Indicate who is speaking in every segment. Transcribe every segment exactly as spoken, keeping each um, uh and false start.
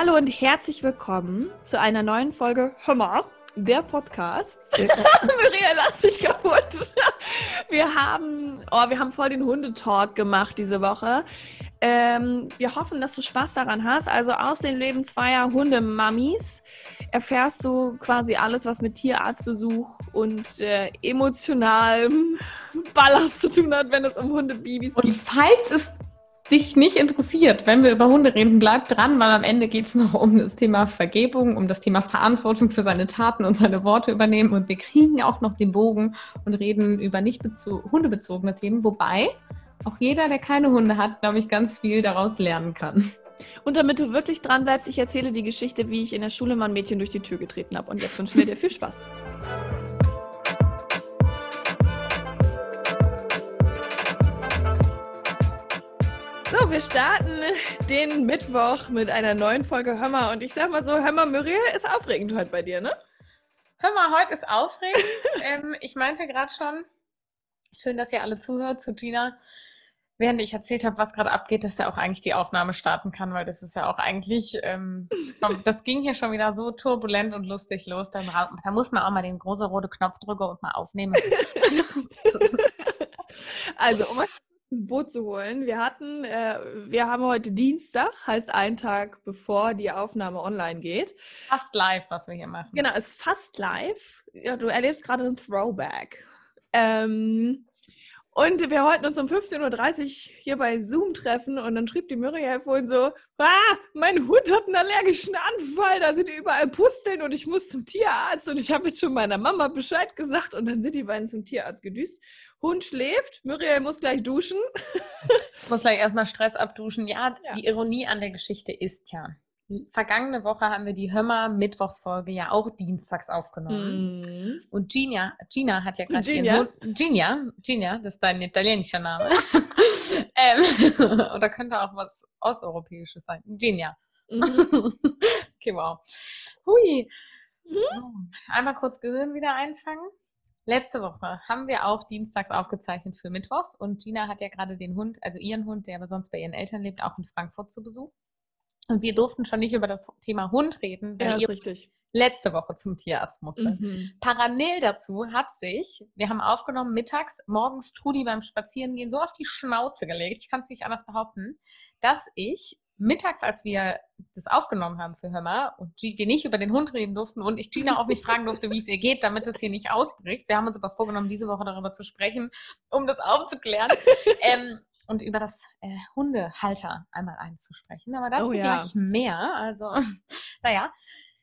Speaker 1: Hallo und herzlich willkommen zu einer neuen Folge Hör, der Podcast. Muriel lacht sich kaputt. Wir haben, oh, wir haben voll den Hundetalk gemacht diese Woche. Ähm, wir hoffen, dass du Spaß daran hast. Also aus dem Leben zweier Hundemamis erfährst du quasi alles, was mit Tierarztbesuch und äh, emotionalem Ballast zu tun hat, wenn es um Hundebabys geht.
Speaker 2: Und falls es dich nicht interessiert, wenn wir über Hunde reden, bleib dran, weil am Ende geht es noch um das Thema Vergebung, um das Thema Verantwortung für seine Taten und seine Worte übernehmen. Und wir kriegen auch noch den Bogen und reden über nicht bezo- hundebezogene Themen, wobei auch jeder, der keine Hunde hat, glaube ich, ganz viel daraus lernen kann.
Speaker 1: Und damit du wirklich dran bleibst, ich erzähle die Geschichte, wie ich in der Schule mal ein Mädchen durch die Tür getreten habe. Und jetzt wünschen wir dir viel Spaß. So, wir starten den Mittwoch mit einer neuen Folge Hör mal. Und ich sag mal so, Hör mal, Muriel, ist aufregend heute bei dir, ne?
Speaker 2: Hör mal, heute ist aufregend. ähm, ich meinte gerade schon, schön, dass ihr alle zuhört, zu Gina, während ich erzählt habe, was gerade abgeht, dass er auch eigentlich die Aufnahme starten kann, weil das ist ja auch eigentlich, ähm, das ging hier schon wieder so turbulent und lustig los. Dann, da muss man auch mal den großen roten Knopf drücken und mal aufnehmen.
Speaker 1: Also, um euch ins Boot zu holen, wir hatten, äh, wir haben heute Dienstag, heißt ein Tag, bevor die Aufnahme online geht.
Speaker 2: Fast live, was wir hier machen.
Speaker 1: Genau, es ist fast live. Ja, du erlebst gerade ein Throwback. Ähm, und wir wollten uns um fünfzehn Uhr dreißig hier bei Zoom treffen und dann schrieb die Muriel vorhin so, ah, mein Hund hat einen allergischen Anfall, da sind überall Pusteln und ich muss zum Tierarzt und ich habe jetzt schon meiner Mama Bescheid gesagt und dann sind die beiden zum Tierarzt gedüst. Hund schläft, Muriel muss gleich duschen.
Speaker 2: Ich muss gleich erstmal Stress abduschen. Ja,
Speaker 1: Ja.
Speaker 2: Die Ironie an der Geschichte ist ja, vergangene Woche haben wir die Hör-mal-Mittwochsfolge ja auch dienstags aufgenommen.
Speaker 1: Mm.
Speaker 2: Und Gina, Gina hat ja gerade
Speaker 1: Gina?
Speaker 2: ihren Hund. Gina, Gina, das ist dein italienischer Name. ähm, oder könnte auch was Osteuropäisches sein. Gina.
Speaker 1: Mhm.
Speaker 2: Okay, wow. Hui.
Speaker 1: Mhm.
Speaker 2: So, einmal kurz Gehirn wieder einfangen. Letzte Woche haben wir auch dienstags aufgezeichnet für Mittwochs und Gina hat ja gerade den Hund, also ihren Hund, der aber sonst bei ihren Eltern lebt, auch in Frankfurt zu Besuch. Und wir durften schon nicht über das Thema Hund reden, weil
Speaker 1: Ja, ist
Speaker 2: ihr
Speaker 1: richtig.
Speaker 2: letzte Woche zum Tierarzt musste.
Speaker 1: Mhm.
Speaker 2: Parallel dazu hat sich, wir haben aufgenommen mittags, morgens Trudi beim Spazierengehen so auf die Schnauze gelegt, ich kann es nicht anders behaupten, dass ich mittags, als wir das aufgenommen haben für Hör mal und wir nicht über den Hund reden durften und ich Gina auch nicht fragen durfte, wie es ihr geht, damit es hier nicht ausbricht. Wir haben uns aber vorgenommen, diese Woche darüber zu sprechen, um das aufzuklären. ähm, und über das äh, Hundehalter einmal eins zu sprechen. Aber dazu
Speaker 1: Oh ja.
Speaker 2: gleich mehr. Also, naja.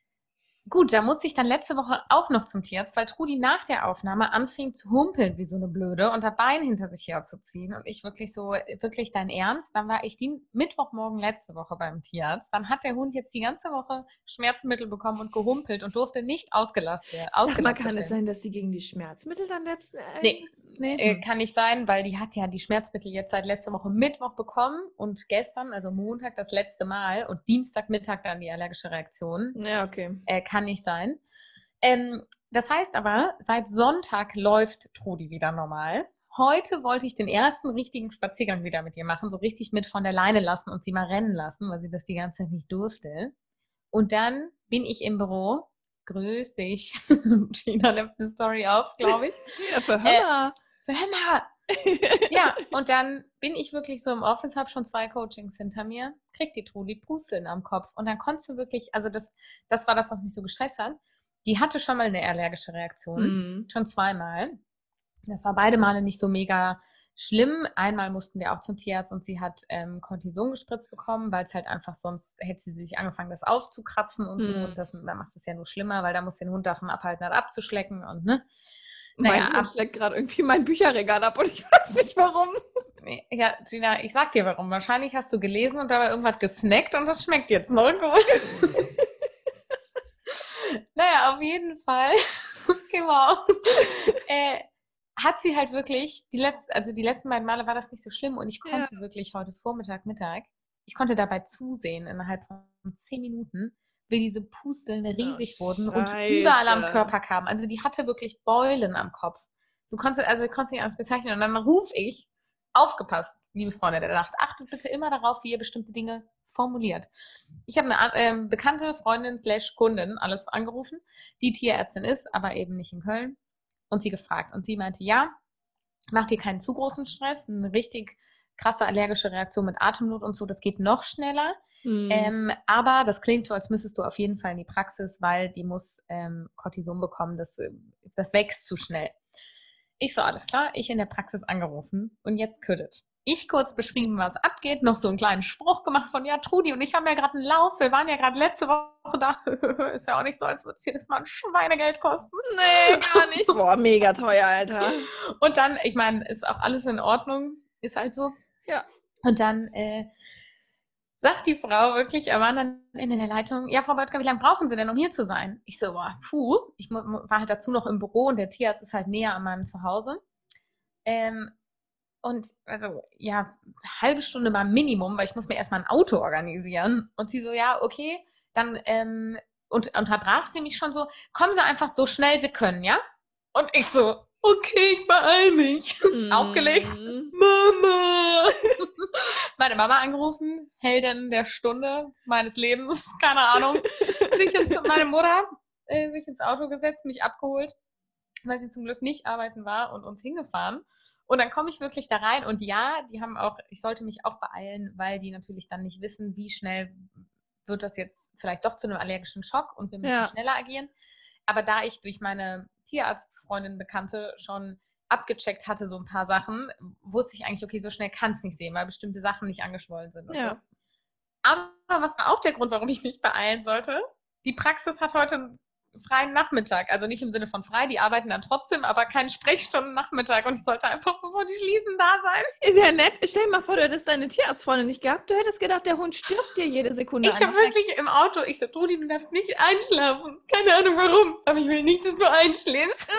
Speaker 2: Gut, da musste ich dann letzte Woche auch noch zum Tierarzt, weil Trudi nach der Aufnahme anfing zu humpeln wie so eine Blöde und das Bein hinter sich herzuziehen. Und ich wirklich so, wirklich dein Ernst? Dann war ich die Mittwochmorgen letzte Woche beim Tierarzt. Dann hat der Hund jetzt die ganze Woche Schmerzmittel bekommen und gehumpelt und durfte nicht ausgelastet werden.
Speaker 1: Sag mal, kann es sein, dass sie gegen die Schmerzmittel dann letzten Endes...
Speaker 2: Nee, äh, kann nicht sein, weil die hat ja die Schmerzmittel jetzt seit letzter Woche Mittwoch bekommen und gestern, also Montag, das letzte Mal und Dienstagmittag dann die allergische Reaktion.
Speaker 1: Ja, okay.
Speaker 2: Äh, kann nicht sein. Ähm, das heißt aber, seit Sonntag läuft Trudi wieder normal. Heute wollte ich den ersten richtigen Spaziergang wieder mit ihr machen, so richtig mit von der Leine lassen und sie mal rennen lassen, weil sie das die ganze Zeit nicht durfte. Und dann bin ich im Büro. Grüß dich. Gina nimmt eine Story auf, glaube ich.
Speaker 1: Ja, für Hör
Speaker 2: Für Hör mal. Ja, und dann bin ich wirklich so im Office, habe schon zwei Coachings hinter mir, krieg die Trudi Pusteln am Kopf und dann konntest du wirklich, also das, das war das, was mich so gestresst hat. Die hatte schon mal eine allergische Reaktion,
Speaker 1: Mhm.
Speaker 2: schon zweimal. Das war beide Male nicht so mega schlimm. Einmal mussten wir auch zum Tierarzt und sie hat ähm, Cortison gespritzt bekommen, weil es halt einfach sonst hätte sie sich angefangen, das aufzukratzen und so.
Speaker 1: Mhm.
Speaker 2: Und das, dann macht es ja nur schlimmer, weil da muss den Hund davon abhalten, das abzuschlecken und ne.
Speaker 1: Mein
Speaker 2: Naja,
Speaker 1: Hund schlägt gerade irgendwie mein Bücherregal ab und ich weiß nicht warum.
Speaker 2: Ja, Gina, ich sag dir warum. Wahrscheinlich hast du gelesen und dabei irgendwas gesnackt und das schmeckt jetzt noch gut. Naja, auf jeden Fall. Genau. äh, hat sie halt wirklich, die letzten, also die letzten beiden Male war das nicht so schlimm und ich konnte ja. wirklich heute Vormittag, Mittag, ich konnte dabei zusehen innerhalb von zehn Minuten, wie diese Pusteln riesig
Speaker 1: oh,
Speaker 2: wurden
Speaker 1: Scheiße.
Speaker 2: und überall am Körper kamen. Also die hatte wirklich Beulen am Kopf. Du konntest, also du konntest nicht anders bezeichnen. Und dann ruf ich, aufgepasst, liebe Freunde der Nacht, achtet bitte immer darauf, wie ihr bestimmte Dinge formuliert. Ich habe eine äh, bekannte Freundin slash Kundin, alles angerufen, die Tierärztin ist, aber eben nicht in Köln, und sie gefragt. Und sie meinte, ja, mach dir keinen zu großen Stress, eine richtig krasse allergische Reaktion mit Atemnot und so, das geht noch schneller. Hm. Ähm, aber das klingt so, als müsstest du auf jeden Fall in die Praxis, weil die muss ähm, Cortison bekommen, das, das wächst zu schnell. Ich so, alles klar, ich in der Praxis angerufen und jetzt küttet. Ich kurz beschrieben, was abgeht, noch so einen kleinen Spruch gemacht von, ja, Trudi und ich haben ja gerade einen Lauf, wir waren ja gerade letzte Woche da. Ist ja auch nicht so, als würde es jedes Mal ein Schweinegeld kosten.
Speaker 1: Nee, gar nicht. Boah, mega teuer, Alter.
Speaker 2: Und dann, ich meine, ist auch alles in Ordnung, ist halt so.
Speaker 1: Ja.
Speaker 2: Und dann äh, sagt die Frau wirklich, er war dann in der Leitung, ja, Frau Böttger, wie lange brauchen Sie denn, um hier zu sein? Ich so, boah, puh, ich war halt dazu noch im Büro und der Tierarzt ist halt näher an meinem Zuhause. Ähm, und also, ja, halbe Stunde mal Minimum, weil ich muss mir erstmal ein Auto organisieren. Und sie so, ja, okay, dann ähm, und unterbrach sie mich schon so, kommen Sie einfach so schnell Sie können, ja? Und ich so, okay, ich beeil mich. Mm. Aufgelegt. Mama. Meine Mama angerufen, Heldin der Stunde meines Lebens, keine Ahnung. sich ins, meine Mutter äh, sich ins Auto gesetzt, mich abgeholt, weil sie zum Glück nicht arbeiten war und uns hingefahren. Und dann komme ich wirklich da rein und ja, die haben auch, ich sollte mich auch beeilen, weil die natürlich dann nicht wissen, wie schnell wird das jetzt vielleicht doch zu einem allergischen Schock und wir müssen ja. schneller agieren. Aber da ich durch meine Tierarztfreundin, Bekannte schon abgecheckt hatte, so ein paar Sachen, wusste ich eigentlich, okay, so schnell kann es nicht sehen, weil bestimmte Sachen nicht angeschwollen sind. Und ja. so. Aber was war auch der Grund, warum ich mich beeilen sollte? Die Praxis hat heute einen freien Nachmittag. Also nicht im Sinne von frei, die arbeiten dann trotzdem, aber keinen Sprechstunden-Nachmittag. Und ich sollte einfach, bevor die schließen, da sein.
Speaker 1: Ist ja nett. Stell dir mal vor, du hättest deine Tierarztfreundin nicht gehabt. Du hättest gedacht, der Hund stirbt dir jede Sekunde.
Speaker 2: Ich habe wirklich im Auto, ich so, Trudi, du darfst nicht einschlafen. Keine Ahnung warum, aber ich will nicht, dass du einschläfst.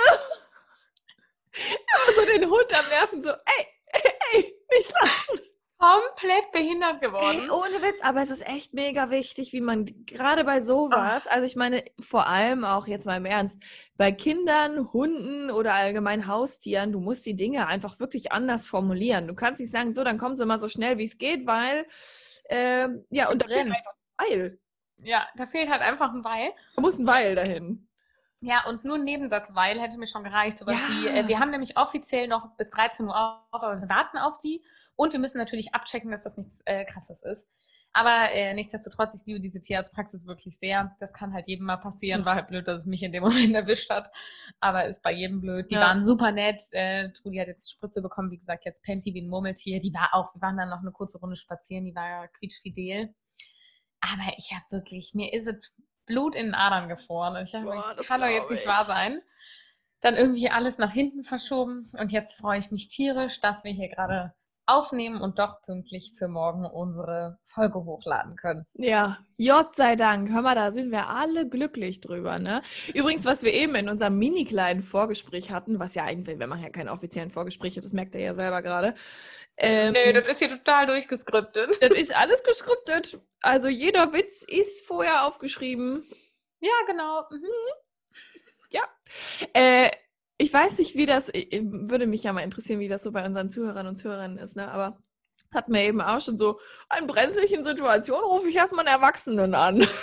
Speaker 1: Aber so den Hund am Nerven, so, ey, ey, ey, nicht schlafen.
Speaker 2: Komplett behindert geworden.
Speaker 1: Ey, ohne Witz, aber es ist echt mega wichtig, wie man gerade bei sowas, oh. also ich meine, vor allem auch jetzt mal im Ernst, bei Kindern, Hunden oder allgemein Haustieren, du musst die Dinge einfach wirklich anders formulieren. Du kannst nicht sagen, so, dann kommen sie mal so schnell, wie es geht, weil, ähm, ja, und da fehlt einfach ein Weil.
Speaker 2: Ja, da fehlt halt einfach ein Weil.
Speaker 1: Da muss ein Weil dahin.
Speaker 2: Ja, und nur ein Nebensatz, weil hätte mir schon gereicht. Sowas ja. wie, äh, wir haben nämlich offiziell noch bis dreizehn Uhr auf, aber wir warten auf sie. Und wir müssen natürlich abchecken, dass das nichts äh, Krasses ist. Aber äh, nichtsdestotrotz, ich liebe diese Tierarztpraxis wirklich sehr. Das kann halt jedem mal passieren. War halt blöd, dass es mich in dem Moment erwischt hat. Aber ist bei jedem blöd. Die ja. waren super nett. Äh, Trudi hat jetzt die Spritze bekommen. Wie gesagt, jetzt pennt die wie ein Murmeltier. Die war auch, wir waren dann noch eine kurze Runde spazieren. Die war ja quietschfidel. Aber ich habe wirklich, mir ist es Blut in den Adern gefroren. Ich dachte, Boah, das kann doch jetzt nicht wahr sein. Dann irgendwie alles nach hinten verschoben. Und jetzt freue ich mich tierisch, dass wir hier gerade aufnehmen und doch pünktlich für morgen unsere Folge hochladen können.
Speaker 1: Ja, Gott sei Dank. Hör mal, da sind wir alle glücklich drüber, ne? Übrigens, was wir eben in unserem mini kleinen Vorgespräch hatten, was ja eigentlich, wir machen ja keine offiziellen Vorgespräche, das merkt ihr ja selber gerade.
Speaker 2: Ähm, nee, das ist hier total durchgeskriptet.
Speaker 1: Das ist alles geskriptet. Also jeder Witz ist vorher aufgeschrieben.
Speaker 2: Ja, genau. Mhm.
Speaker 1: Ja. Äh, Ich weiß nicht, wie das, würde mich ja mal interessieren, wie das so bei unseren Zuhörern und Zuhörerinnen ist, ne? Aber hat mir eben auch schon so, in brenzlichen Situationen rufe ich erstmal einen Erwachsenen an.
Speaker 2: Ist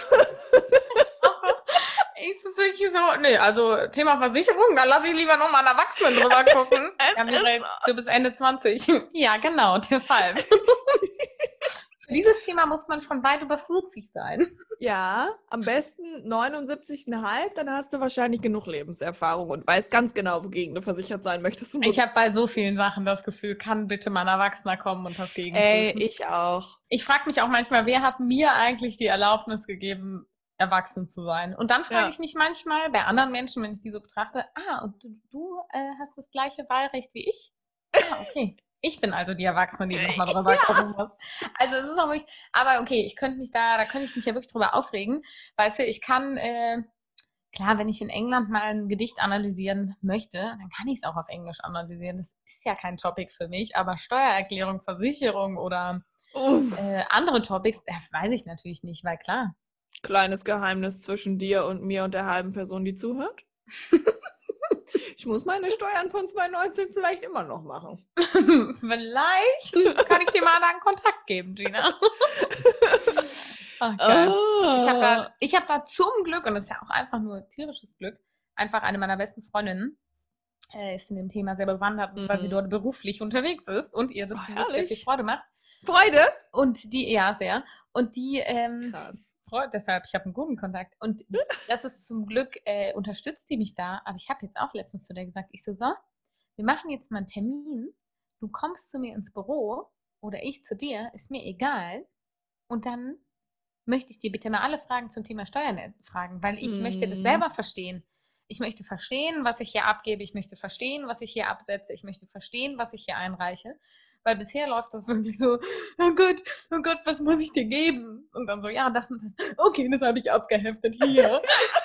Speaker 2: es wirklich so? Nee, also Thema Versicherung, da lasse ich lieber nochmal einen Erwachsenen drüber gucken. Ja, Mireille, du bist Ende zwanzig. Ja, genau, deshalb. Für dieses Thema muss man schon weit über vierzig sein.
Speaker 1: Ja, am besten neunundsiebzig Komma fünf, dann hast du wahrscheinlich genug Lebenserfahrung und weißt ganz genau, wogegen du versichert sein möchtest.
Speaker 2: Ich habe bei so vielen Sachen das Gefühl, kann bitte mal ein Erwachsener kommen und das gegen
Speaker 1: Ey, ich auch.
Speaker 2: Ich frage mich auch manchmal, wer hat mir eigentlich die Erlaubnis gegeben, erwachsen zu sein? Und dann frage ja. ich mich manchmal bei anderen Menschen, wenn ich die so betrachte, ah, und du, du äh, hast das gleiche Wahlrecht wie ich? Ah, okay. Ich bin also die Erwachsene, die nochmal drüber ja. gucken muss. Also es ist auch wirklich, aber okay, ich könnte mich da, da könnte ich mich ja wirklich drüber aufregen. Weißt du, ich kann, äh, klar, wenn ich in England mal ein Gedicht analysieren möchte, dann kann ich es auch auf Englisch analysieren. Das ist ja kein Topic für mich, aber Steuererklärung, Versicherung oder äh, andere Topics, äh, weiß ich natürlich nicht, weil klar.
Speaker 1: Kleines Geheimnis zwischen dir und mir und der halben Person, die zuhört. Ich muss meine Steuern von zwanzig neunzehn vielleicht immer noch machen.
Speaker 2: Vielleicht kann ich dir mal da einen Kontakt geben, Gina. Ach, geil.
Speaker 1: Oh.
Speaker 2: Ich habe da, ich hab da zum Glück, und das ist ja auch einfach nur tierisches Glück, einfach eine meiner besten Freundinnen, äh, ist in dem Thema sehr bewandert,
Speaker 1: Mhm.
Speaker 2: weil sie dort beruflich unterwegs ist und ihr das
Speaker 1: Oh,
Speaker 2: zum Glück sehr
Speaker 1: herrlich.
Speaker 2: viel Freude macht.
Speaker 1: Freude?
Speaker 2: Und die, ja, sehr. Und die, ähm,
Speaker 1: Krass.
Speaker 2: Freut, deshalb, ich habe einen guten Kontakt. Und das ist zum Glück, äh, unterstützt die mich da. Aber ich habe jetzt auch letztens zu der gesagt, ich so, so, wir machen jetzt mal einen Termin. Du kommst zu mir ins Büro oder ich zu dir, ist mir egal. Und dann möchte ich dir bitte mal alle Fragen zum Thema Steuern fragen, weil ich
Speaker 1: Mhm.
Speaker 2: möchte das selber verstehen. Ich möchte verstehen, was ich hier abgebe. Ich möchte verstehen, was ich hier absetze. Ich möchte verstehen, was ich hier einreiche. Weil bisher läuft das wirklich so, oh Gott, oh Gott, was muss ich dir geben? Und dann so, ja, das und das. Okay, das habe ich abgeheftet hier.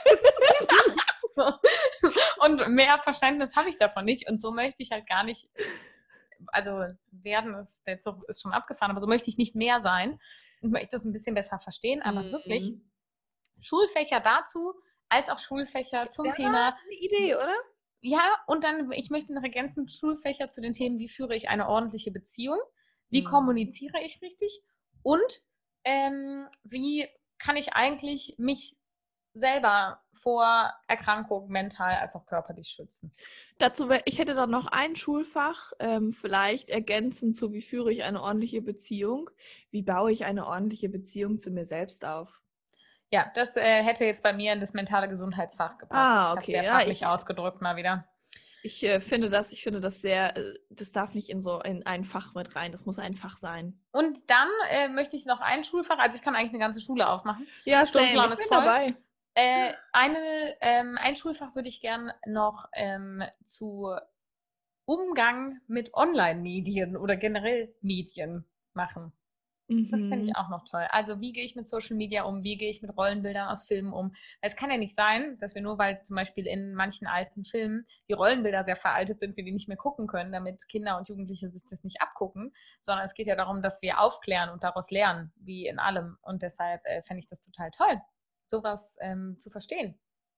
Speaker 2: Und mehr Verständnis habe ich davon nicht. Und so möchte ich halt gar nicht, also werden ist, der Zug ist schon abgefahren, aber so möchte ich nicht mehr sein und möchte das ein bisschen besser verstehen. Aber
Speaker 1: Mhm.
Speaker 2: wirklich Schulfächer dazu, als auch Schulfächer zum
Speaker 1: Ja,
Speaker 2: Thema.
Speaker 1: eine Idee, oder?
Speaker 2: Ja, und dann, ich möchte noch ergänzen, Schulfächer zu den Themen, wie führe ich eine ordentliche Beziehung, wie
Speaker 1: Mhm.
Speaker 2: kommuniziere ich richtig und ähm, wie kann ich eigentlich mich selber vor Erkrankung mental als auch körperlich schützen.
Speaker 1: Dazu, wär- ich hätte dann noch ein Schulfach, ähm, vielleicht ergänzend zu, wie führe ich eine ordentliche Beziehung, wie baue ich eine ordentliche Beziehung zu mir selbst auf.
Speaker 2: Ja, das äh, hätte jetzt bei mir in das mentale Gesundheitsfach gepasst.
Speaker 1: Ah,
Speaker 2: Ich habe
Speaker 1: okay,
Speaker 2: sehr
Speaker 1: ja,
Speaker 2: fachlich
Speaker 1: ich-
Speaker 2: ausgedrückt mal wieder.
Speaker 1: Ich äh, finde das, ich finde das sehr, äh, das darf nicht in so in ein Fach mit rein, das muss ein Fach sein.
Speaker 2: Und dann äh, möchte ich noch ein Schulfach, also ich kann eigentlich eine ganze Schule aufmachen.
Speaker 1: Ja, same,
Speaker 2: Stundenplan
Speaker 1: ich
Speaker 2: ist
Speaker 1: bin
Speaker 2: voll.
Speaker 1: dabei.
Speaker 2: Äh, eine, ähm, ein Schulfach würde ich gern noch ähm, zu Umgang mit Online-Medien oder generell Medien machen. Das finde ich
Speaker 1: Mhm.
Speaker 2: auch noch toll. Also wie gehe ich mit Social Media um? Wie gehe ich mit Rollenbildern aus Filmen um? Es kann ja nicht sein, dass wir nur, weil zum Beispiel in manchen alten Filmen die Rollenbilder sehr veraltet sind, wir die nicht mehr gucken können, damit Kinder und Jugendliche sich das nicht abgucken, sondern es geht ja darum, dass wir aufklären und daraus lernen, wie in allem. Und deshalb äh, fände ich das total toll, sowas ähm, zu verstehen.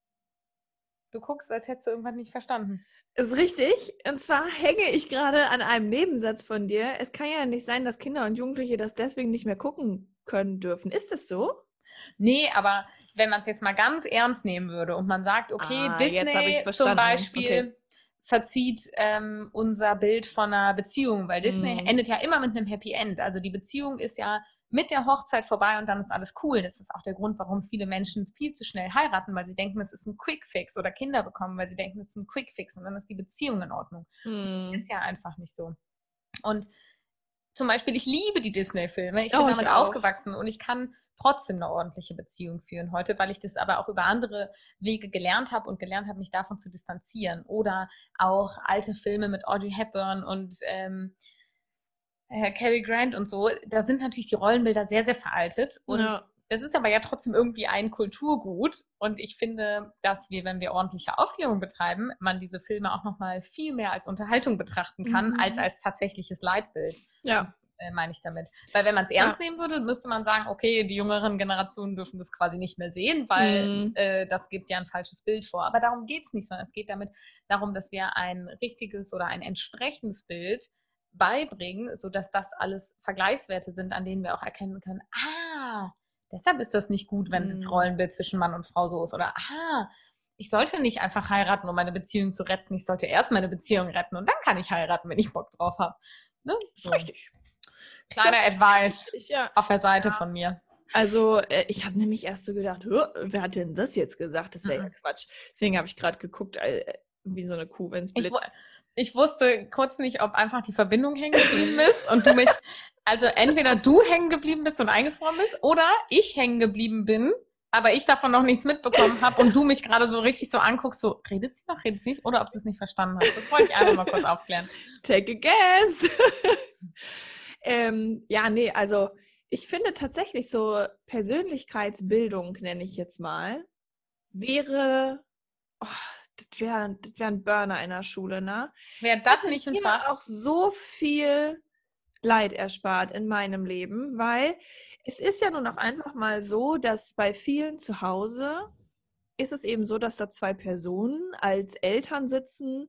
Speaker 2: Du guckst, als hättest du irgendwas nicht verstanden.
Speaker 1: Ist richtig. Und zwar hänge ich gerade an einem Nebensatz von dir. Es kann ja nicht sein, dass Kinder und Jugendliche das deswegen nicht mehr gucken können dürfen. Ist es so?
Speaker 2: Nee, aber wenn man es jetzt mal ganz ernst nehmen würde und man sagt, okay,
Speaker 1: Ah, jetzt habe ich's
Speaker 2: Disney
Speaker 1: verstanden.
Speaker 2: zum Beispiel
Speaker 1: Okay.
Speaker 2: verzieht ähm, unser Bild von einer Beziehung, weil Disney
Speaker 1: Mhm.
Speaker 2: endet ja immer mit einem Happy End. Also die Beziehung ist ja mit der Hochzeit vorbei und dann ist alles cool. Das ist auch der Grund, warum viele Menschen viel zu schnell heiraten, weil sie denken, es ist ein Quick Fix, oder Kinder bekommen, weil sie denken, es ist ein Quick Fix und dann ist die Beziehung in Ordnung.
Speaker 1: Mhm.
Speaker 2: Ist ja einfach nicht so. Und zum Beispiel, ich liebe die Disney-Filme. Ich
Speaker 1: Oh,
Speaker 2: bin
Speaker 1: ich
Speaker 2: damit
Speaker 1: auch.
Speaker 2: aufgewachsen und ich kann trotzdem eine ordentliche Beziehung führen heute, weil ich das aber auch über andere Wege gelernt habe und gelernt habe, mich davon zu distanzieren. Oder auch alte Filme mit Audrey Hepburn und ähm, äh, Cary Grant und so. Da sind natürlich die Rollenbilder sehr, sehr veraltet. Und
Speaker 1: Ja.
Speaker 2: das ist aber ja trotzdem irgendwie ein Kulturgut. Und ich finde, dass wir, wenn wir ordentliche Aufklärung betreiben, man diese Filme auch nochmal viel mehr als Unterhaltung betrachten kann,
Speaker 1: Mhm.
Speaker 2: als als tatsächliches Leitbild.
Speaker 1: Ja.
Speaker 2: Äh, meine ich damit. Weil wenn man es ernst
Speaker 1: Ja.
Speaker 2: nehmen würde, müsste man sagen, okay, die jüngeren Generationen dürfen das quasi nicht mehr sehen, weil
Speaker 1: Mhm.
Speaker 2: äh, das gibt ja ein falsches Bild vor. Aber darum geht es nicht, sondern es geht damit darum, dass wir ein richtiges oder ein entsprechendes Bild beibringen, sodass das alles Vergleichswerte sind, an denen wir auch erkennen können, ah, deshalb ist das nicht gut, wenn das
Speaker 1: Mhm.
Speaker 2: Rollenbild zwischen Mann und Frau so ist. Oder, ah, ich sollte nicht einfach heiraten, um meine Beziehung zu retten. Ich sollte erst meine Beziehung retten und dann kann ich heiraten, wenn ich Bock drauf habe. Ne?
Speaker 1: Ist
Speaker 2: So.
Speaker 1: richtig.
Speaker 2: Kleiner Advice
Speaker 1: Ja.
Speaker 2: auf der Seite von mir.
Speaker 1: Also, äh, ich habe nämlich erst so gedacht, "Hä, wer hat denn das jetzt gesagt? Das wäre ja
Speaker 2: Mhm.
Speaker 1: Quatsch." Deswegen habe ich gerade geguckt, äh, wie so eine Kuh, wenn es
Speaker 2: Ich,
Speaker 1: blitzt.
Speaker 2: wu- ich wusste kurz nicht, ob einfach die Verbindung hängen geblieben ist und du mich, also entweder du hängen geblieben bist und eingefroren bist oder ich hängen geblieben bin, aber ich davon noch nichts mitbekommen habe und du mich gerade so richtig so anguckst, so, redet sie noch, redet sie nicht? Oder ob du es nicht verstanden hast. Das wollte ich einfach mal kurz aufklären.
Speaker 1: Take a guess. ähm, ja, nee, also ich finde tatsächlich so Persönlichkeitsbildung, nenne ich jetzt mal, wäre, oh, das wäre das wär ein Burner in der Schule, ne?
Speaker 2: Wäre
Speaker 1: Hat
Speaker 2: das nicht ein
Speaker 1: mir
Speaker 2: Fach?
Speaker 1: auch so viel Leid erspart in meinem Leben, weil es ist ja nun auch einfach mal so, dass bei vielen zu Hause ist es eben so, dass da zwei Personen als Eltern sitzen,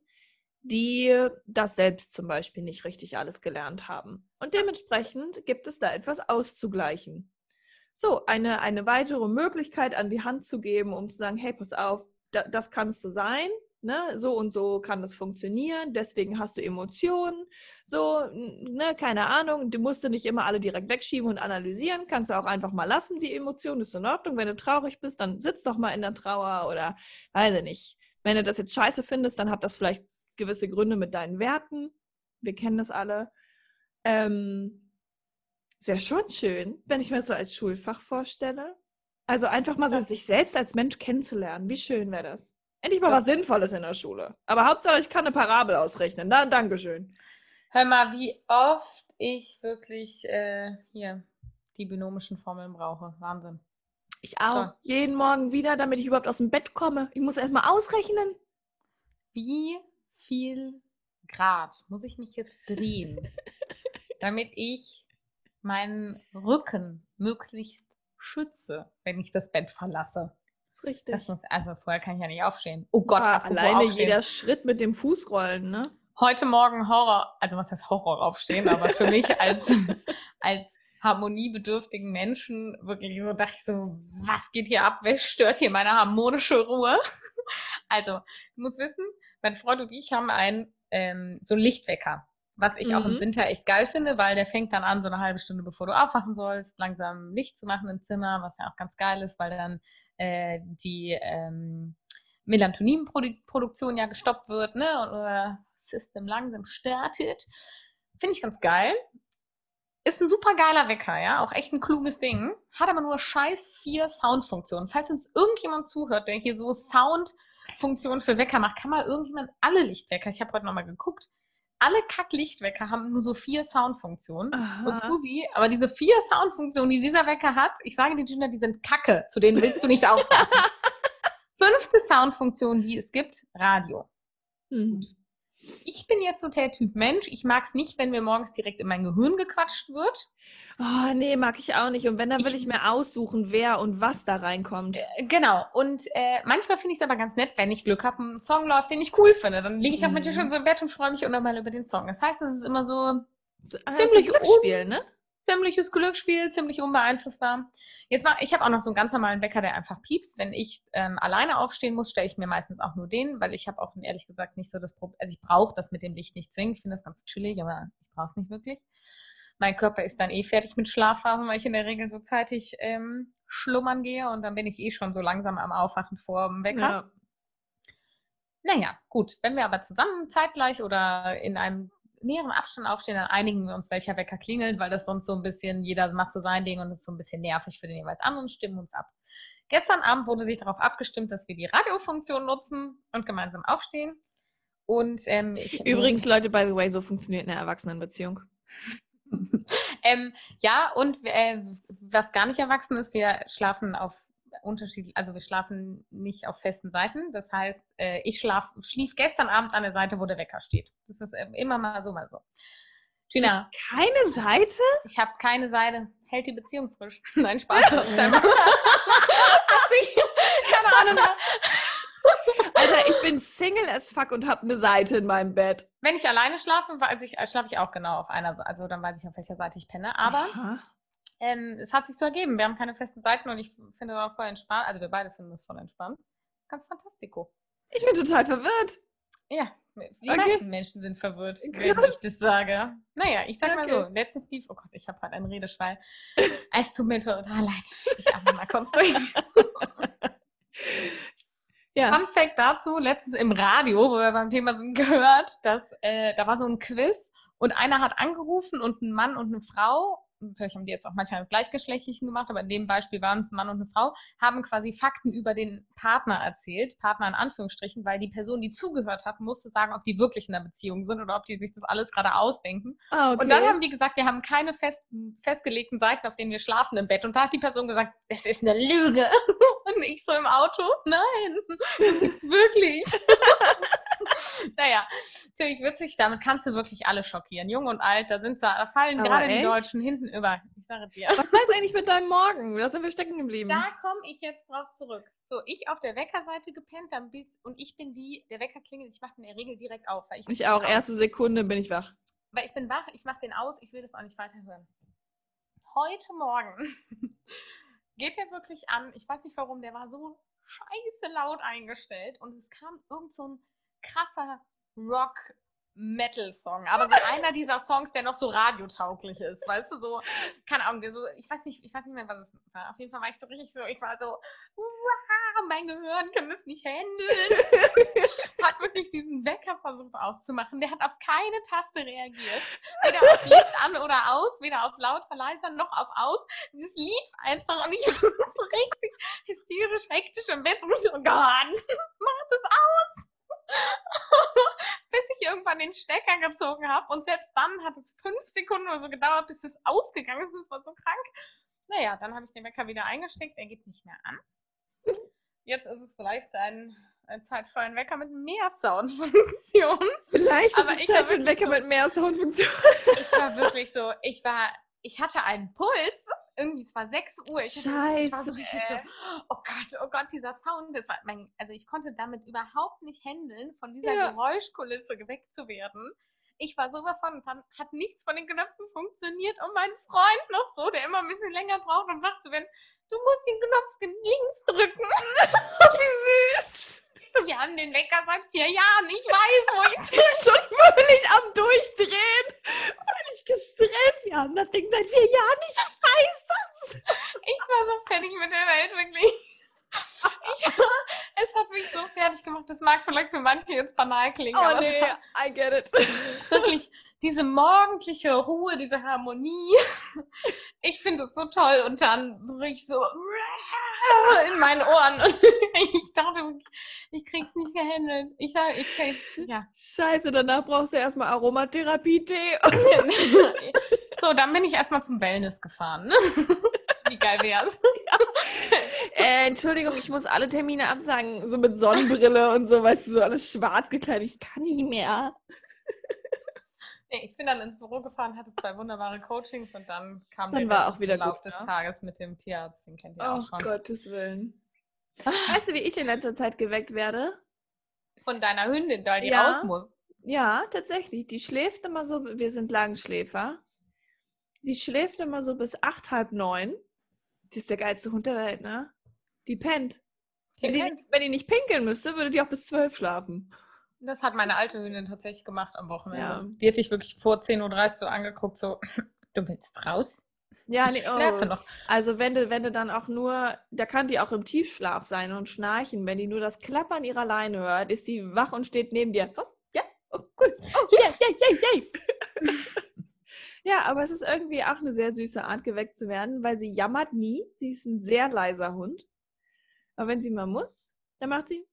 Speaker 1: die das selbst zum Beispiel nicht richtig alles gelernt haben. Und dementsprechend gibt es da etwas auszugleichen. So, eine, eine weitere Möglichkeit an die Hand zu geben, um zu sagen, hey, pass auf, da, das kannst du sein, ne? So und so kann das funktionieren, deswegen hast du Emotionen, so, ne, keine Ahnung, du musst du nicht immer alle direkt wegschieben und analysieren, kannst du auch einfach mal lassen, die Emotionen, ist in Ordnung, wenn du traurig bist, dann sitz doch mal in der Trauer oder, weiß ich nicht, wenn du das jetzt scheiße findest, dann hat das vielleicht gewisse Gründe mit deinen Werten. Wir kennen das alle. Ähm, es wäre schon schön, wenn ich mir das so als Schulfach vorstelle. Also einfach mal so sich selbst als Mensch kennenzulernen. Wie schön wäre das? Endlich mal das was Sinnvolles in der Schule. Aber Hauptsache, ich kann eine Parabel ausrechnen. Da, Dankeschön.
Speaker 2: Hör mal, wie oft ich wirklich äh, hier die binomischen Formeln brauche. Wahnsinn.
Speaker 1: Ich auch. So. Jeden Morgen wieder, damit ich überhaupt aus dem Bett komme. Ich muss erst mal ausrechnen.
Speaker 2: Wie viel Grad muss ich mich jetzt drehen, damit ich meinen Rücken möglichst schütze, wenn ich das Bett verlasse.
Speaker 1: Das ist richtig.
Speaker 2: Das muss, also vorher kann ich ja nicht aufstehen. Oh Gott,
Speaker 1: ja, alleine aufstehen. Jeder Schritt mit dem Fußrollen, ne?
Speaker 2: Heute Morgen Horror, also was heißt Horror aufstehen, aber für mich als, als harmoniebedürftigen Menschen wirklich so, dachte ich so, was geht hier ab? Wer stört hier meine harmonische Ruhe? Also, du musst wissen, mein Freund und ich haben einen, ähm, so einen Lichtwecker, was ich mhm. auch im Winter echt geil finde, weil der fängt dann an, so eine halbe Stunde bevor du aufwachen sollst, langsam Licht zu machen im Zimmer, was ja auch ganz geil ist, weil dann äh, die ähm, Melatoninproduktion ja gestoppt wird, ne, und unser System langsam startet. Finde ich ganz geil. Ist ein super geiler Wecker, ja, auch echt ein kluges Ding. Hat aber nur scheiß vier Soundfunktionen. Falls uns irgendjemand zuhört, der hier so Soundfunktionen für Wecker macht, kann mal irgendjemand alle Lichtwecker, ich habe heute nochmal geguckt, alle Kack-Lichtwecker haben nur so vier Soundfunktionen. Aha. Und Susi, aber diese vier Soundfunktionen, die dieser Wecker hat, ich sage dir, Gina, die sind Kacke. Zu denen willst du nicht aufpassen. Fünfte Soundfunktion, die es gibt, Radio. Mhm. Ich bin jetzt so der Typ Mensch. Ich mag es nicht, wenn mir morgens direkt in mein Gehirn gequatscht wird.
Speaker 1: Oh, nee, mag ich auch nicht. Und wenn, dann will ich, ich mir aussuchen, wer und was da reinkommt.
Speaker 2: Äh, genau. Und äh, manchmal finde ich es aber ganz nett, wenn ich Glück habe, ein Song läuft, den ich cool finde. Dann liege ich auch mm. manchmal schon so im Bett und freue mich unnormal über den Song. Das heißt, es ist immer so
Speaker 1: ah, ziemlich Glücksspiel, un- ne?
Speaker 2: Ziemliches Glücksspiel, ziemlich unbeeinflussbar. Jetzt mal, ich habe auch noch so einen ganz normalen Wecker, der einfach piepst. Wenn ich ähm, alleine aufstehen muss, stelle ich mir meistens auch nur den, weil ich habe auch ehrlich gesagt nicht so das Problem. Also ich brauche das mit dem Licht nicht zwingend. Ich finde das ganz chillig, aber ich brauche es nicht wirklich. Mein Körper ist dann eh fertig mit Schlafphasen, weil ich in der Regel so zeitig ähm, schlummern gehe und dann bin ich eh schon so langsam am Aufwachen vor dem Wecker. Ja. Naja, gut. Wenn wir aber zusammen zeitgleich oder in einem näheren Abstand aufstehen, dann einigen wir uns, welcher Wecker klingelt, weil das sonst so ein bisschen, jeder macht so sein Ding und das ist so ein bisschen nervig für den jeweils anderen, stimmen uns ab. Gestern Abend wurde sich darauf abgestimmt, dass wir die Radiofunktion nutzen und gemeinsam aufstehen. Und ähm, ich,
Speaker 1: Übrigens, Leute, by the way, so funktioniert eine Erwachsenenbeziehung.
Speaker 2: ähm, ja, und äh, was gar nicht erwachsen ist, wir schlafen auf unterschiedlich, also wir schlafen nicht auf festen Seiten. Das heißt, äh, ich schlaf, schlief gestern Abend an der Seite, wo der Wecker steht. Das ist äh, immer mal so, mal so. Gina.
Speaker 1: Keine Seite?
Speaker 2: Ich habe keine Seite. Hält die Beziehung frisch. Nein, Spaß. Keine Ahnung.
Speaker 1: Alter, ich bin Single as fuck und habe eine Seite in meinem Bett.
Speaker 2: Wenn ich alleine schlafe, also ich, schlafe ich auch genau auf einer Seite. Also dann weiß ich, auf welcher Seite ich penne. Aber ähm, es hat sich so ergeben. Wir haben keine festen Seiten und ich finde das auch voll entspannt. Also wir beide finden das voll entspannt. Ganz fantastico.
Speaker 1: Ich bin total verwirrt.
Speaker 2: Ja, die
Speaker 1: okay.
Speaker 2: meisten Menschen sind verwirrt, Krass. wenn ich das sage. Naja, ich sag okay. mal so, letztens lief, oh Gott, ich habe halt einen Redeschwall. Es tut mir total leid. Ich atme mal kurz durch. Ja. Fun Fact dazu, letztens im Radio, wo wir beim Thema sind, gehört, dass äh, da war so ein Quiz und einer hat angerufen und ein Mann und eine Frau, vielleicht haben die jetzt auch manchmal mit Gleichgeschlechtlichen gemacht, aber in dem Beispiel waren es ein Mann und eine Frau, haben quasi Fakten über den Partner erzählt, Partner in Anführungsstrichen, weil die Person, die zugehört hat, musste sagen, ob die wirklich in einer Beziehung sind oder ob die sich das alles gerade ausdenken.
Speaker 1: Ah, okay.
Speaker 2: Und dann haben die gesagt, wir haben keine festen, festgelegten Seiten, auf denen wir schlafen im Bett. Und da hat die Person gesagt, das ist eine Lüge. Und ich so im Auto, nein, das gibt's wirklich. Naja, ziemlich witzig. Damit kannst du wirklich alle schockieren. Jung und alt, da sind da fallen
Speaker 1: Aber
Speaker 2: gerade die
Speaker 1: echt?
Speaker 2: Deutschen hinten über. Ich sage dir.
Speaker 1: Was war jetzt eigentlich mit deinem Morgen? Da sind wir stecken geblieben.
Speaker 2: Da komme ich jetzt drauf zurück. So, ich auf der Weckerseite gepennt, dann bis, und ich bin die, der Wecker klingelt, ich mache den in der Regel direkt auf. Weil ich
Speaker 1: Ich auch,
Speaker 2: aus.
Speaker 1: erste Sekunde bin ich wach.
Speaker 2: Weil ich bin wach, ich mache den aus, ich will das auch nicht weiterhören. Heute Morgen geht der wirklich an, ich weiß nicht warum, der war so scheiße laut eingestellt und es kam irgend so ein krasser Rock-Metal-Song, aber so einer dieser Songs, der noch so radiotauglich ist, weißt du, so, keine Ahnung, der so, ich weiß nicht, ich weiß nicht mehr, was es war. Auf jeden Fall war ich so richtig so, ich war so, wow, mein Gehirn kann das nicht handeln. Hat wirklich diesen Wecker versucht auszumachen. Der hat auf keine Taste reagiert. Weder auf Licht an oder aus, weder auf lauter, leiser noch auf aus. Das lief einfach und ich war so richtig hysterisch, hektisch im Bett. Und ich so, oh Gott, mach das aus. Bis ich irgendwann den Stecker gezogen habe. Und selbst dann hat es fünf Sekunden oder so gedauert, bis es ausgegangen ist. Das war so krank. Naja, dann habe ich den Wecker wieder eingesteckt. Er geht nicht mehr an. Jetzt ist es vielleicht ein, eine Zeit für einen Wecker mit mehr Soundfunktion.
Speaker 1: Vielleicht
Speaker 2: Aber
Speaker 1: ist es
Speaker 2: ich
Speaker 1: Zeit
Speaker 2: war
Speaker 1: für einen
Speaker 2: wirklich
Speaker 1: Wecker
Speaker 2: so-
Speaker 1: mit mehr Soundfunktion.
Speaker 2: Ich war wirklich so, ich war, ich hatte einen Puls. Irgendwie, es war sechs Uhr. Ich, hatte, ich war so richtig so, oh Gott, oh Gott, dieser Sound. Das war mein, also ich konnte damit überhaupt nicht handeln, von dieser
Speaker 1: Ja.
Speaker 2: Geräuschkulisse geweckt zu werden. Ich war so überfordert und dann hat nichts von den Knöpfen funktioniert und mein Freund noch so, der immer ein bisschen länger braucht, um wach zu werden, du musst den Knopf ganz links drücken.
Speaker 1: Wie süß.
Speaker 2: Ich so, wir haben den Wecker seit vier Jahren, ich weiß, wo ich
Speaker 1: Ich bin schon völlig am Durchdrehen. Völlig gestresst. Wir haben das Ding seit vier Jahren. Ich weiß das.
Speaker 2: Ich war so fertig mit der Welt, wirklich. Ich war, es hat mich so fertig gemacht. Das mag vielleicht für manche jetzt banal klingen,
Speaker 1: Oh
Speaker 2: aber
Speaker 1: nee,
Speaker 2: es war
Speaker 1: I get it.
Speaker 2: wirklich diese morgendliche Ruhe, diese Harmonie. Ich finde es so toll und dann so richtig so in meinen Ohren. Und ich dachte, wirklich, ich krieg's nicht gehandelt. Ich sage, ich kann, ja.
Speaker 1: Scheiße, danach brauchst du erstmal Aromatherapie-Tee.
Speaker 2: So, dann bin ich erstmal zum Wellness gefahren. Ne? Wie geil wär's?
Speaker 1: Äh, Entschuldigung, ich muss alle Termine absagen, so mit Sonnenbrille und so, weißt du, so alles schwarz gekleidet. Ich kann nicht mehr.
Speaker 2: Nee, ich bin dann ins Büro gefahren, hatte zwei wunderbare Coachings und dann kam
Speaker 1: Dann
Speaker 2: der
Speaker 1: war
Speaker 2: Rest
Speaker 1: auch wieder
Speaker 2: im Lauf
Speaker 1: gut,
Speaker 2: des
Speaker 1: ne?
Speaker 2: Tages mit dem Tierarzt. Den kennt ihr
Speaker 1: Oh,
Speaker 2: auch schon.
Speaker 1: Gottes Willen. Weißt du, wie ich in letzter Zeit geweckt werde?
Speaker 2: Von deiner Hündin, weil die
Speaker 1: Ja.
Speaker 2: raus muss.
Speaker 1: Ja, tatsächlich. Die schläft immer so, wir sind Langschläfer. Die schläft immer so bis acht, halb neun. Die ist der geilste Hund der Welt, ne? Die pennt.
Speaker 2: Die
Speaker 1: Wenn die,
Speaker 2: pennt.
Speaker 1: nicht, wenn die nicht pinkeln müsste, würde die auch bis zwölf schlafen.
Speaker 2: Das hat meine alte Hündin tatsächlich gemacht am Wochenende.
Speaker 1: Ja.
Speaker 2: Die hat dich wirklich vor zehn Uhr dreißig so angeguckt, so, du willst raus?
Speaker 1: Ja,
Speaker 2: Ich
Speaker 1: nee,
Speaker 2: schlafe
Speaker 1: oh.
Speaker 2: noch.
Speaker 1: Also wenn du, wenn du dann auch nur, da kann die auch im Tiefschlaf sein und schnarchen. Wenn die nur das Klappern ihrer Leine hört, ist die wach und steht neben dir. Was? Ja? Oh, cool. Oh, yes, yay, yay, yay. Ja, aber es ist irgendwie auch eine sehr süße Art, geweckt zu werden, weil sie jammert nie. Sie ist ein sehr leiser Hund. Aber wenn sie mal muss, dann macht sie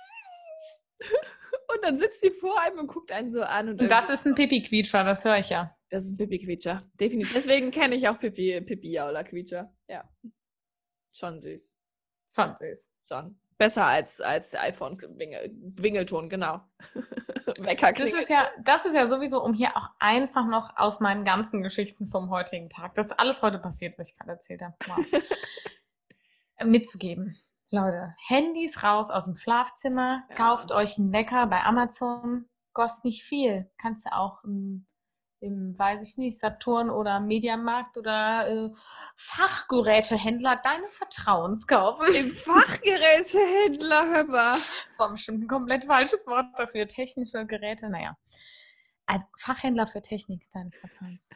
Speaker 1: und dann sitzt sie vor einem und guckt einen so an. Und
Speaker 2: Und das
Speaker 1: irgendwie-
Speaker 2: ist ein Pipi-Quietscher, das höre ich ja.
Speaker 1: Das ist ein Pipi-Quietscher. Definitiv. Deswegen kenne ich auch Pipi, Pipi-Jaula-Quietscher. Ja. Schon süß.
Speaker 2: Schon süß.
Speaker 1: Schon. Besser als, als der iPhone-Wingelton, genau. Wecker
Speaker 2: Das ist ja, das ist ja sowieso, um hier auch einfach noch aus meinen ganzen Geschichten vom heutigen Tag, das ist alles heute passiert, was ich gerade erzählt habe, wow. mitzugeben. Leute, Handys raus aus dem Schlafzimmer,
Speaker 1: Ja.
Speaker 2: kauft euch einen Wecker bei Amazon, kostet nicht viel. Kannst du auch im, im weiß ich nicht, Saturn oder Mediamarkt oder äh, Fachgerätehändler deines Vertrauens kaufen.
Speaker 1: Im Fachgerätehändler, hör mal.
Speaker 2: Das war bestimmt ein komplett falsches Wort dafür. Technische Geräte, naja. Als Fachhändler für Technik deines Vertrauens.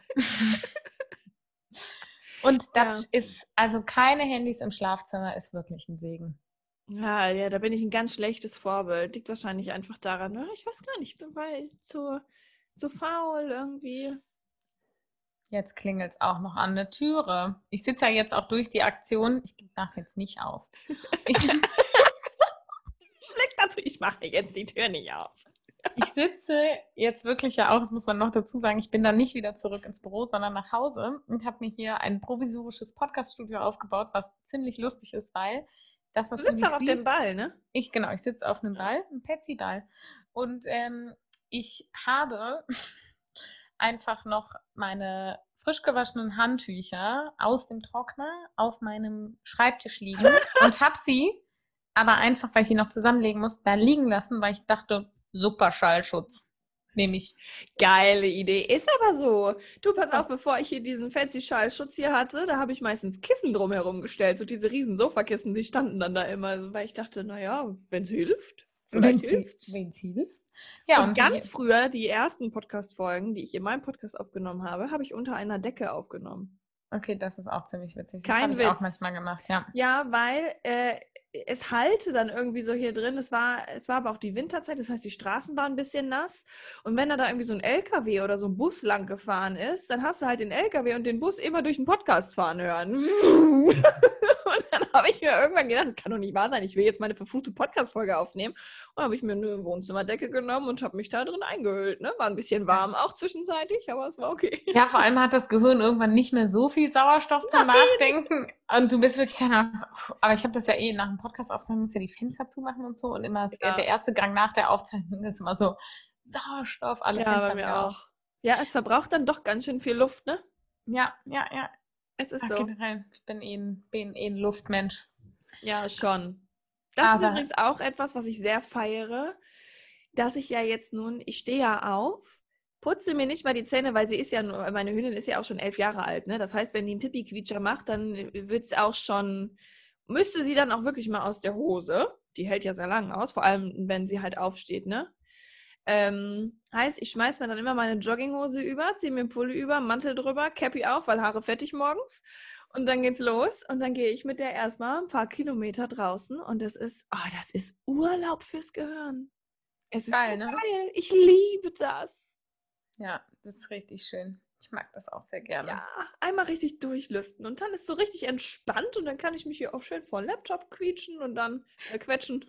Speaker 2: Und das
Speaker 1: Ja.
Speaker 2: ist, also keine Handys im Schlafzimmer ist wirklich ein Segen.
Speaker 1: Ja, ja, da bin ich ein ganz schlechtes Vorbild. Liegt wahrscheinlich einfach daran, ne? Ich weiß gar nicht, ich bin weil ich zu, zu faul irgendwie.
Speaker 2: Jetzt klingelt es auch noch an der Türe. Ich sitze ja jetzt auch durch die Aktion. Ich mache jetzt nicht auf. Ich,
Speaker 1: Blick dazu, ich mache jetzt die Tür nicht auf.
Speaker 2: ich sitze jetzt wirklich ja auch, das muss man noch dazu sagen, ich bin dann nicht wieder zurück ins Büro, sondern nach Hause und habe mir hier ein provisorisches Podcast-Studio aufgebaut, was ziemlich lustig ist, weil das, was
Speaker 1: Du sitzt
Speaker 2: nicht
Speaker 1: auch auf dem
Speaker 2: siehst-
Speaker 1: Ball, ne?
Speaker 2: Ich, genau, ich sitze auf einem Ball, einem Petsy-Ball. Und ähm, ich habe einfach noch meine frisch gewaschenen Handtücher aus dem Trockner auf meinem Schreibtisch liegen und habe sie aber einfach, weil ich sie noch zusammenlegen muss, da liegen lassen, weil ich dachte, super Schallschutz. Nehme ich.
Speaker 1: Geile Idee. Ist aber so. Du, pass
Speaker 2: So.
Speaker 1: auf, bevor ich hier diesen fancy Schallschutz hier hatte, da habe ich meistens Kissen drumherum gestellt. So diese riesen Sofakissen, die standen dann da immer, weil ich dachte, naja, wenn es hilft, vielleicht hilft es.
Speaker 2: Wenn es hilft. Ja,
Speaker 1: und,
Speaker 2: und
Speaker 1: ganz
Speaker 2: die,
Speaker 1: früher, die ersten Podcast-Folgen, die ich in meinem Podcast aufgenommen habe, habe ich unter einer Decke aufgenommen.
Speaker 2: Okay, das ist auch ziemlich witzig. Das
Speaker 1: Kein
Speaker 2: habe ich
Speaker 1: Witz.
Speaker 2: auch manchmal gemacht, ja.
Speaker 1: Ja, weil äh, es hallte dann irgendwie so hier drin. Es war, es war aber auch die Winterzeit, das heißt, die Straßen waren ein bisschen nass. Und wenn da, da irgendwie so ein L K W oder so ein Bus lang gefahren ist, dann hast du halt den L K W und den Bus immer durch den Podcast fahren hören. Und dann habe ich mir irgendwann gedacht, das kann doch nicht wahr sein, ich will jetzt meine verfluchte Podcast-Folge aufnehmen. Und dann habe ich mir eine Wohnzimmerdecke genommen und habe mich da drin eingehüllt. Ne? War ein bisschen warm auch zwischenzeitig, aber es war okay.
Speaker 2: Ja, vor allem hat das Gehirn irgendwann nicht mehr so viel Sauerstoff zum
Speaker 1: Nein.
Speaker 2: Nachdenken. Und du bist wirklich danach, aber ich habe das ja eh nach dem Podcast aufzeichnen, muss ja die Fenster zumachen und so. Und immer
Speaker 1: Ja.
Speaker 2: der erste Gang nach der Aufzeichnung ist immer so Sauerstoff, alle
Speaker 1: Ja,
Speaker 2: Fenster
Speaker 1: bei mir
Speaker 2: wieder
Speaker 1: auch.
Speaker 2: auf.
Speaker 1: Ja, es verbraucht dann doch ganz schön viel Luft, ne?
Speaker 2: Ja, ja, ja.
Speaker 1: Es ist
Speaker 2: Ach,
Speaker 1: so.
Speaker 2: generell, ich bin eh ein, bin eh ein Luftmensch.
Speaker 1: Ja, schon. Das ist
Speaker 2: Aber-
Speaker 1: übrigens auch etwas, was ich sehr feiere, dass ich ja jetzt nun, ich stehe ja auf, putze mir nicht mal die Zähne, weil sie ist ja, nur, meine Hündin ist ja auch schon elf Jahre alt, ne? Das heißt, wenn die einen Pipi-Quietscher macht, dann wird es auch schon, müsste sie dann auch wirklich mal aus der Hose, die hält ja sehr lang aus, vor allem, wenn sie halt aufsteht, ne? Ähm, heißt, ich schmeiß mir dann immer meine Jogginghose über, ziehe mir einen Pulli über, Mantel drüber, Cappy auf, weil Haare fettig morgens. Und dann geht's los und dann gehe ich mit der erstmal ein paar Kilometer draußen und das ist, oh, das ist Urlaub fürs Gehirn. Es ist
Speaker 2: Geil,
Speaker 1: so
Speaker 2: ne?
Speaker 1: geil. Ich liebe das.
Speaker 2: Ja, das ist richtig schön. Ich mag das auch sehr gerne.
Speaker 1: Ja, einmal richtig durchlüften und dann ist so richtig entspannt und dann kann ich mich hier auch schön vor den Laptop quietschen und dann äh, quetschen.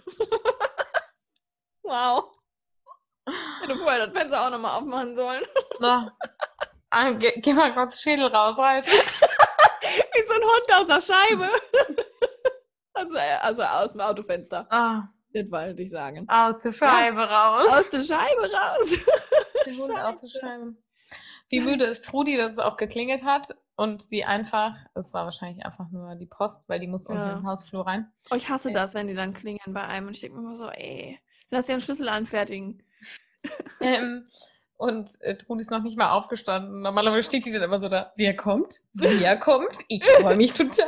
Speaker 1: Wow. Hätte vorher das Fenster auch nochmal aufmachen sollen.
Speaker 2: So. Ah, geh, geh mal kurz Schädel raushalten.
Speaker 1: Wie so ein Hund aus der Scheibe. also, äh, also aus dem Autofenster.
Speaker 2: Ah,
Speaker 1: Das wollte ich sagen.
Speaker 2: aus der Scheibe raus.
Speaker 1: Aus der Scheibe raus.
Speaker 2: Der Hund aus der Scheibe. Wie müde ist Trudi, dass es auch geklingelt hat und sie einfach, es war wahrscheinlich einfach nur die Post, weil die muss unten
Speaker 1: Ja.
Speaker 2: in den Hausflur rein.
Speaker 1: Oh, ich hasse das, wenn die dann klingeln bei einem und ich denke mir immer so, ey, lass dir einen Schlüssel anfertigen.
Speaker 2: Ähm, und äh, Trudi ist noch nicht mal aufgestanden. Normalerweise steht die dann immer so da, wer kommt? Wer kommt? Ich freue mich total.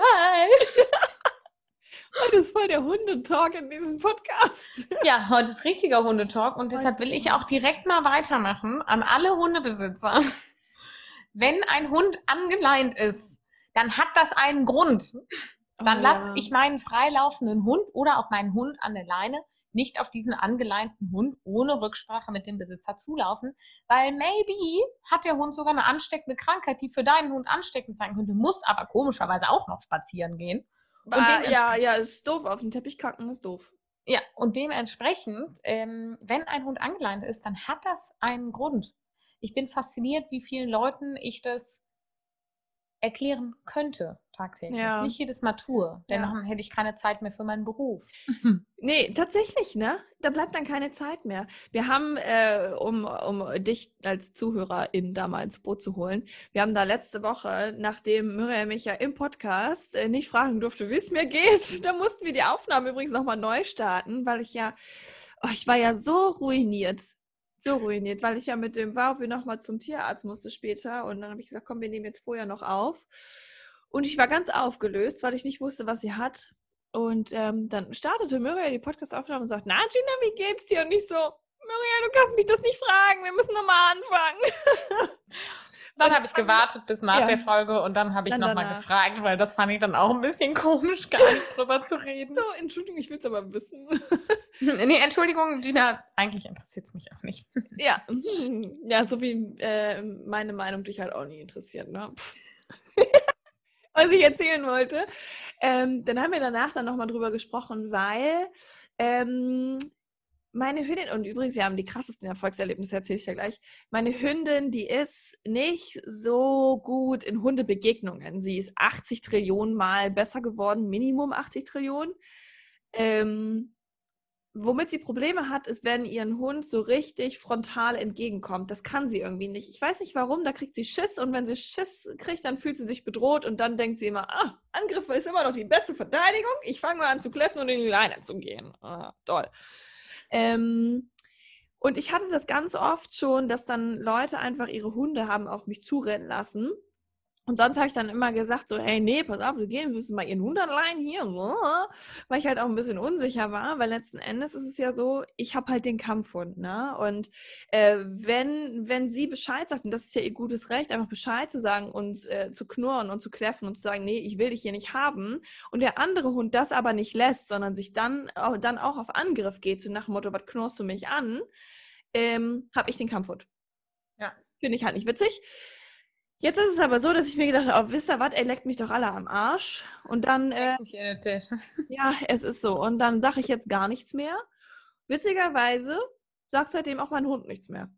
Speaker 1: Heute ist voll der Hundetalk in diesem Podcast.
Speaker 2: Ja, heute ist richtiger Hundetalk und deshalb will ich auch direkt mal weitermachen an alle Hundebesitzer. Wenn ein Hund angeleint ist, dann hat das einen Grund. Dann
Speaker 1: Oh,
Speaker 2: lasse
Speaker 1: ja.
Speaker 2: ich meinen freilaufenden Hund oder auch meinen Hund an der Leine nicht auf diesen angeleinten Hund ohne Rücksprache mit dem Besitzer zulaufen, weil maybe hat der Hund sogar eine ansteckende Krankheit, die für deinen Hund ansteckend sein könnte, muss aber komischerweise auch noch spazieren gehen.
Speaker 1: Und
Speaker 2: Und
Speaker 1: ja,
Speaker 2: dementsprechend-
Speaker 1: ja, ist doof. Auf den Teppich kacken ist doof.
Speaker 2: Ja, und dementsprechend, ähm, wenn ein Hund angeleint ist, dann hat das einen Grund. Ich bin fasziniert, wie vielen Leuten ich das erklären könnte tagtäglich.
Speaker 1: Ja.
Speaker 2: Nicht jedes Mal tue, denn
Speaker 1: Ja.
Speaker 2: dann hätte ich keine Zeit mehr für meinen Beruf.
Speaker 1: Nee, tatsächlich, ne? Da bleibt dann keine Zeit mehr. Wir haben, äh, um, um dich als Zuhörerin da mal ins Boot zu holen, wir haben da letzte Woche, nachdem Muriel mich ja im Podcast äh, nicht fragen durfte, wie es mir geht, da mussten wir die Aufnahme übrigens nochmal neu starten, weil ich ja, oh, ich war ja so ruiniert. So ruiniert, weil ich ja mit dem Wauwi nochmal zum Tierarzt musste später und dann habe ich gesagt, komm, wir nehmen jetzt vorher noch auf. Und ich war ganz aufgelöst, weil ich nicht wusste, was sie hat. Und ähm, dann startete Muriel die Podcast-Aufnahme und sagt, na Gina, wie geht's dir? Und ich so, Muriel, du kannst mich das nicht fragen, wir müssen nochmal anfangen.
Speaker 2: Dann habe ich gewartet bis nach
Speaker 1: Ja.
Speaker 2: der Folge und dann habe ich
Speaker 1: Dann
Speaker 2: nochmal
Speaker 1: danach.
Speaker 2: gefragt, weil das fand ich dann auch ein bisschen komisch, gar nicht drüber zu reden.
Speaker 1: So, Entschuldigung, ich will es aber wissen.
Speaker 2: Nee, Entschuldigung, Gina, eigentlich interessiert es mich auch nicht.
Speaker 1: Ja, ja, so wie äh, meine Meinung dich halt auch nie interessiert, ne? Was ich erzählen wollte. Ähm, dann haben wir danach dann nochmal drüber gesprochen, weil ähm, meine Hündin, und übrigens, wir haben die krassesten Erfolgserlebnisse, erzähle ich ja gleich. Meine Hündin, die ist nicht so gut in Hundebegegnungen. Sie ist achtzig Trillionen Mal besser geworden, Minimum achtzig Trillionen. Ähm, womit sie Probleme hat, ist, wenn ihren Hund so richtig frontal entgegenkommt. Das kann sie irgendwie nicht. Ich weiß nicht warum, da kriegt sie Schiss und wenn sie Schiss kriegt, dann fühlt sie sich bedroht und dann denkt sie immer, ah, Angriff ist immer noch die beste Verteidigung. Ich fange mal an zu kläffen und in die Leine zu gehen. Ah, toll. Ähm, und ich hatte das ganz oft schon, dass dann Leute einfach ihre Hunde haben auf mich zurennen lassen. Und sonst habe ich dann immer gesagt, so, hey, nee, pass auf, wir gehen, wir müssen mal ihren Hund allein hier, weil ich halt auch ein bisschen unsicher war, weil letzten Endes ist es ja so, ich habe halt den Kampfhund, ne, und äh, wenn, wenn sie Bescheid sagt, und das ist ja ihr gutes Recht, einfach Bescheid zu sagen und äh, zu knurren und zu kläffen und zu sagen, nee, ich will dich hier nicht haben, und der andere Hund das aber nicht lässt, sondern sich dann, auch, dann auch auf Angriff geht, so nach dem Motto, was knurrst du mich an, ähm, habe ich den Kampfhund.
Speaker 2: Ja.
Speaker 1: Finde ich halt nicht witzig. Jetzt ist es aber so, dass ich mir gedacht habe, oh, wisst ihr was, er leckt mich doch alle am Arsch. Und dann, äh, ja, es ist so. Und dann sage ich jetzt gar nichts mehr. Witzigerweise sagt seitdem auch mein Hund nichts mehr.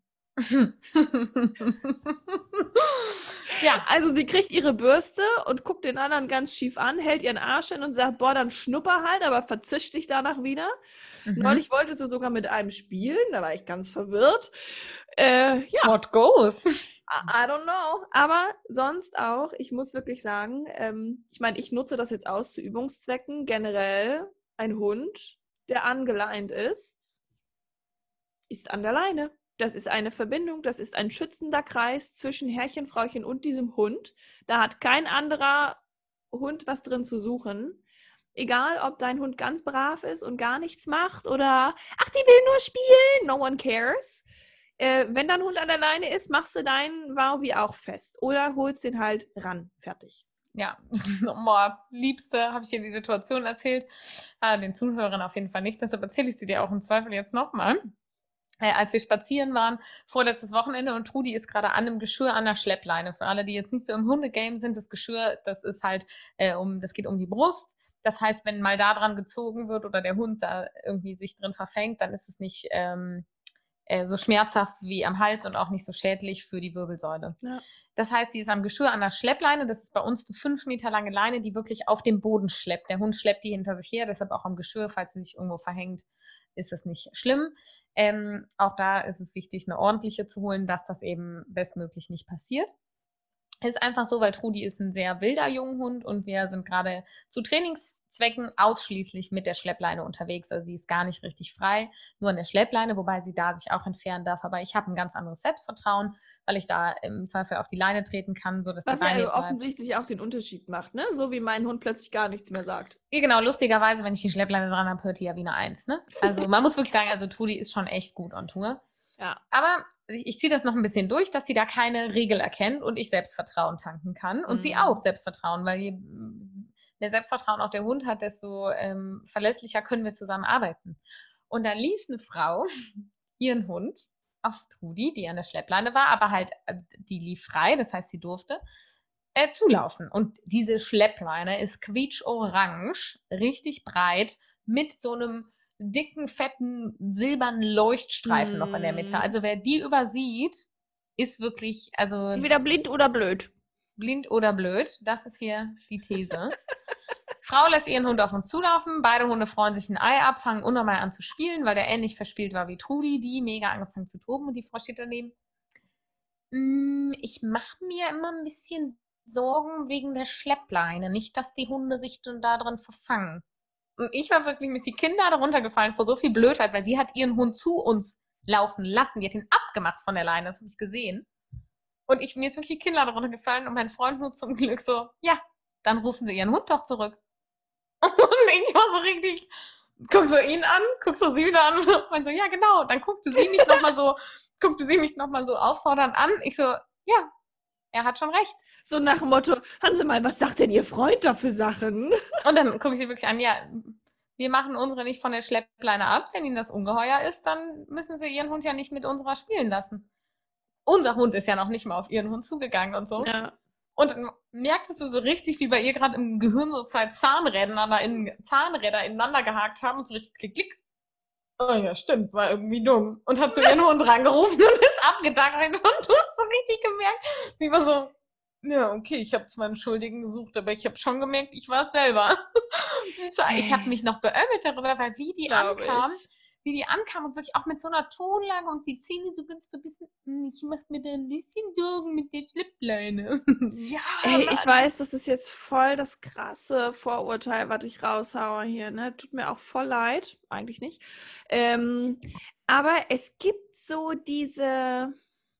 Speaker 1: Ja, also sie kriegt ihre Bürste und guckt den anderen ganz schief an, hält ihren Arsch hin und sagt, boah, dann schnupper halt, aber verzischt dich danach wieder. Mhm. Neulich wollte sie sogar mit einem spielen, da war ich ganz verwirrt. Äh, ja.
Speaker 2: What goes?
Speaker 1: I don't know. Aber sonst auch, ich muss wirklich sagen, ähm, ich meine, ich nutze das jetzt aus zu Übungszwecken. Generell ein Hund, der angeleint ist, ist an der Leine. Das ist eine Verbindung, das ist ein schützender Kreis zwischen Herrchen, Frauchen und diesem Hund. Da hat kein anderer Hund was drin zu suchen. Egal, ob dein Hund ganz brav ist und gar nichts macht oder, ach, die will nur spielen, no one cares. Äh, wenn dein Hund an der Leine ist, machst du deinen Wowie auch fest oder holst den halt ran. Fertig.
Speaker 2: Ja, nochmal, Liebste, habe ich dir die Situation erzählt. Ah, den Zuhörern auf jeden Fall nicht, deshalb erzähle ich sie dir auch im Zweifel jetzt nochmal. Äh, als wir spazieren waren, vorletztes Wochenende, und Trudi ist gerade an einem Geschirr an der Schleppleine. Für alle, die jetzt nicht so im Hundegame sind, das Geschirr, das ist halt, äh, um, das geht um die Brust. Das heißt, wenn mal da dran gezogen wird oder der Hund da irgendwie sich drin verfängt, dann ist es nicht ähm, äh, so schmerzhaft wie am Hals und auch nicht so schädlich für die Wirbelsäule. Ja. Das heißt, die ist am Geschirr an der Schleppleine. Das ist bei uns eine fünf Meter lange Leine, die wirklich auf dem Boden schleppt. Der Hund schleppt die hinter sich her, deshalb auch am Geschirr, falls sie sich irgendwo verhängt, ist es nicht schlimm. Ähm, auch da ist es wichtig, eine ordentliche zu holen, dass das eben bestmöglich nicht passiert. Es ist einfach so, weil Trudi ist ein sehr wilder Junghund und wir sind gerade zu Trainingszwecken ausschließlich mit der Schleppleine unterwegs. Also sie ist gar nicht richtig frei, nur an der Schleppleine, wobei sie da sich auch entfernen darf. Aber ich habe ein ganz anderes Selbstvertrauen, weil ich da im Zweifel auf die Leine treten kann, sodass
Speaker 1: Was
Speaker 2: der Bein
Speaker 1: ja offensichtlich auch den Unterschied macht, ne? So wie mein Hund plötzlich gar nichts mehr sagt.
Speaker 2: Ja, genau, lustigerweise, wenn ich die Schleppleine dran habe, hört die ja wie eine Eins, ne? Also man muss wirklich sagen, also Trudi ist schon echt gut on Tour.
Speaker 1: Ja.
Speaker 2: Aber ich, ich ziehe das noch ein bisschen durch, dass sie da keine Regel erkennt und ich Selbstvertrauen tanken kann. Und mhm. sie auch Selbstvertrauen, weil je mehr Selbstvertrauen auch der Hund hat, desto ähm, verlässlicher können wir zusammen arbeiten. Und dann ließ eine Frau ihren Hund auf Trudi, die an der Schleppleine war, aber halt, die lief frei, das heißt, sie durfte, äh, zulaufen. Und diese Schleppleine ist quietsch-orange, richtig breit, mit so einem dicken, fetten, silbernen Leuchtstreifen mm. noch in der Mitte. Also wer die übersieht, ist wirklich, also...
Speaker 1: Entweder blind oder blöd.
Speaker 2: Blind oder blöd, das ist hier die These. Frau lässt ihren Hund auf uns zulaufen, beide Hunde freuen sich ein Ei ab, fangen unnormal an zu spielen, weil der ähnlich verspielt war wie Trudi, die mega angefangen zu toben und die Frau steht daneben. Mm, ich mache mir immer ein bisschen Sorgen wegen der Schleppleine, nicht, dass die Hunde sich dann da drin verfangen. Und ich war wirklich, mir ist die Kinder darunter gefallen vor so viel Blödheit, weil sie hat ihren Hund zu uns laufen lassen. Die hat ihn abgemacht von der Leine, das habe ich gesehen. Und ich, mir ist wirklich die Kinder darunter gefallen und mein Freund nur zum Glück so, ja, dann rufen sie ihren Hund doch zurück. Und ich war so richtig, guck so ihn an, guck so sie wieder an und so, ja genau. Dann guckte sie mich nochmal so, guckte sie mich nochmal so auffordernd an. Ich so, ja, er hat schon recht.
Speaker 1: So nach dem Motto, Hanse mal, was sagt denn Ihr Freund da für Sachen?
Speaker 2: Und dann gucke ich sie wirklich an, ja, wir machen unsere nicht von der Schleppleine ab. Wenn ihnen das ungeheuer ist, dann müssen sie ihren Hund ja nicht mit unserer spielen lassen. Unser Hund ist ja noch nicht mal auf ihren Hund zugegangen und so.
Speaker 1: Ja.
Speaker 2: Und dann merktest du so richtig, wie bei ihr gerade im Gehirn so zwei Zahnräder, in, Zahnräder ineinander gehakt haben und so richtig klick, klick. Oh ja, stimmt, war irgendwie dumm. Und hat zu ihren Hund rangerufen und ist abgedackelt. Und du hast so richtig gemerkt, sie war so, ja, okay, ich habe zwar einen Schuldigen gesucht, aber ich habe schon gemerkt, ich war es selber. So, ich habe mich noch beömmelt darüber, weil wie die
Speaker 1: Glaub
Speaker 2: ankam,
Speaker 1: ich.
Speaker 2: wie die ankamen und wirklich auch mit so einer Tonlage und sie ziehen die so ganz verbissen, ich mach mir da ein bisschen Sorgen mit der Schleppleine.
Speaker 1: Ja, ey, Mann. Ich weiß, das ist jetzt voll das krasse Vorurteil, was ich raushaue hier, ne? Tut mir auch voll leid, eigentlich nicht. Ähm, aber es gibt so diese,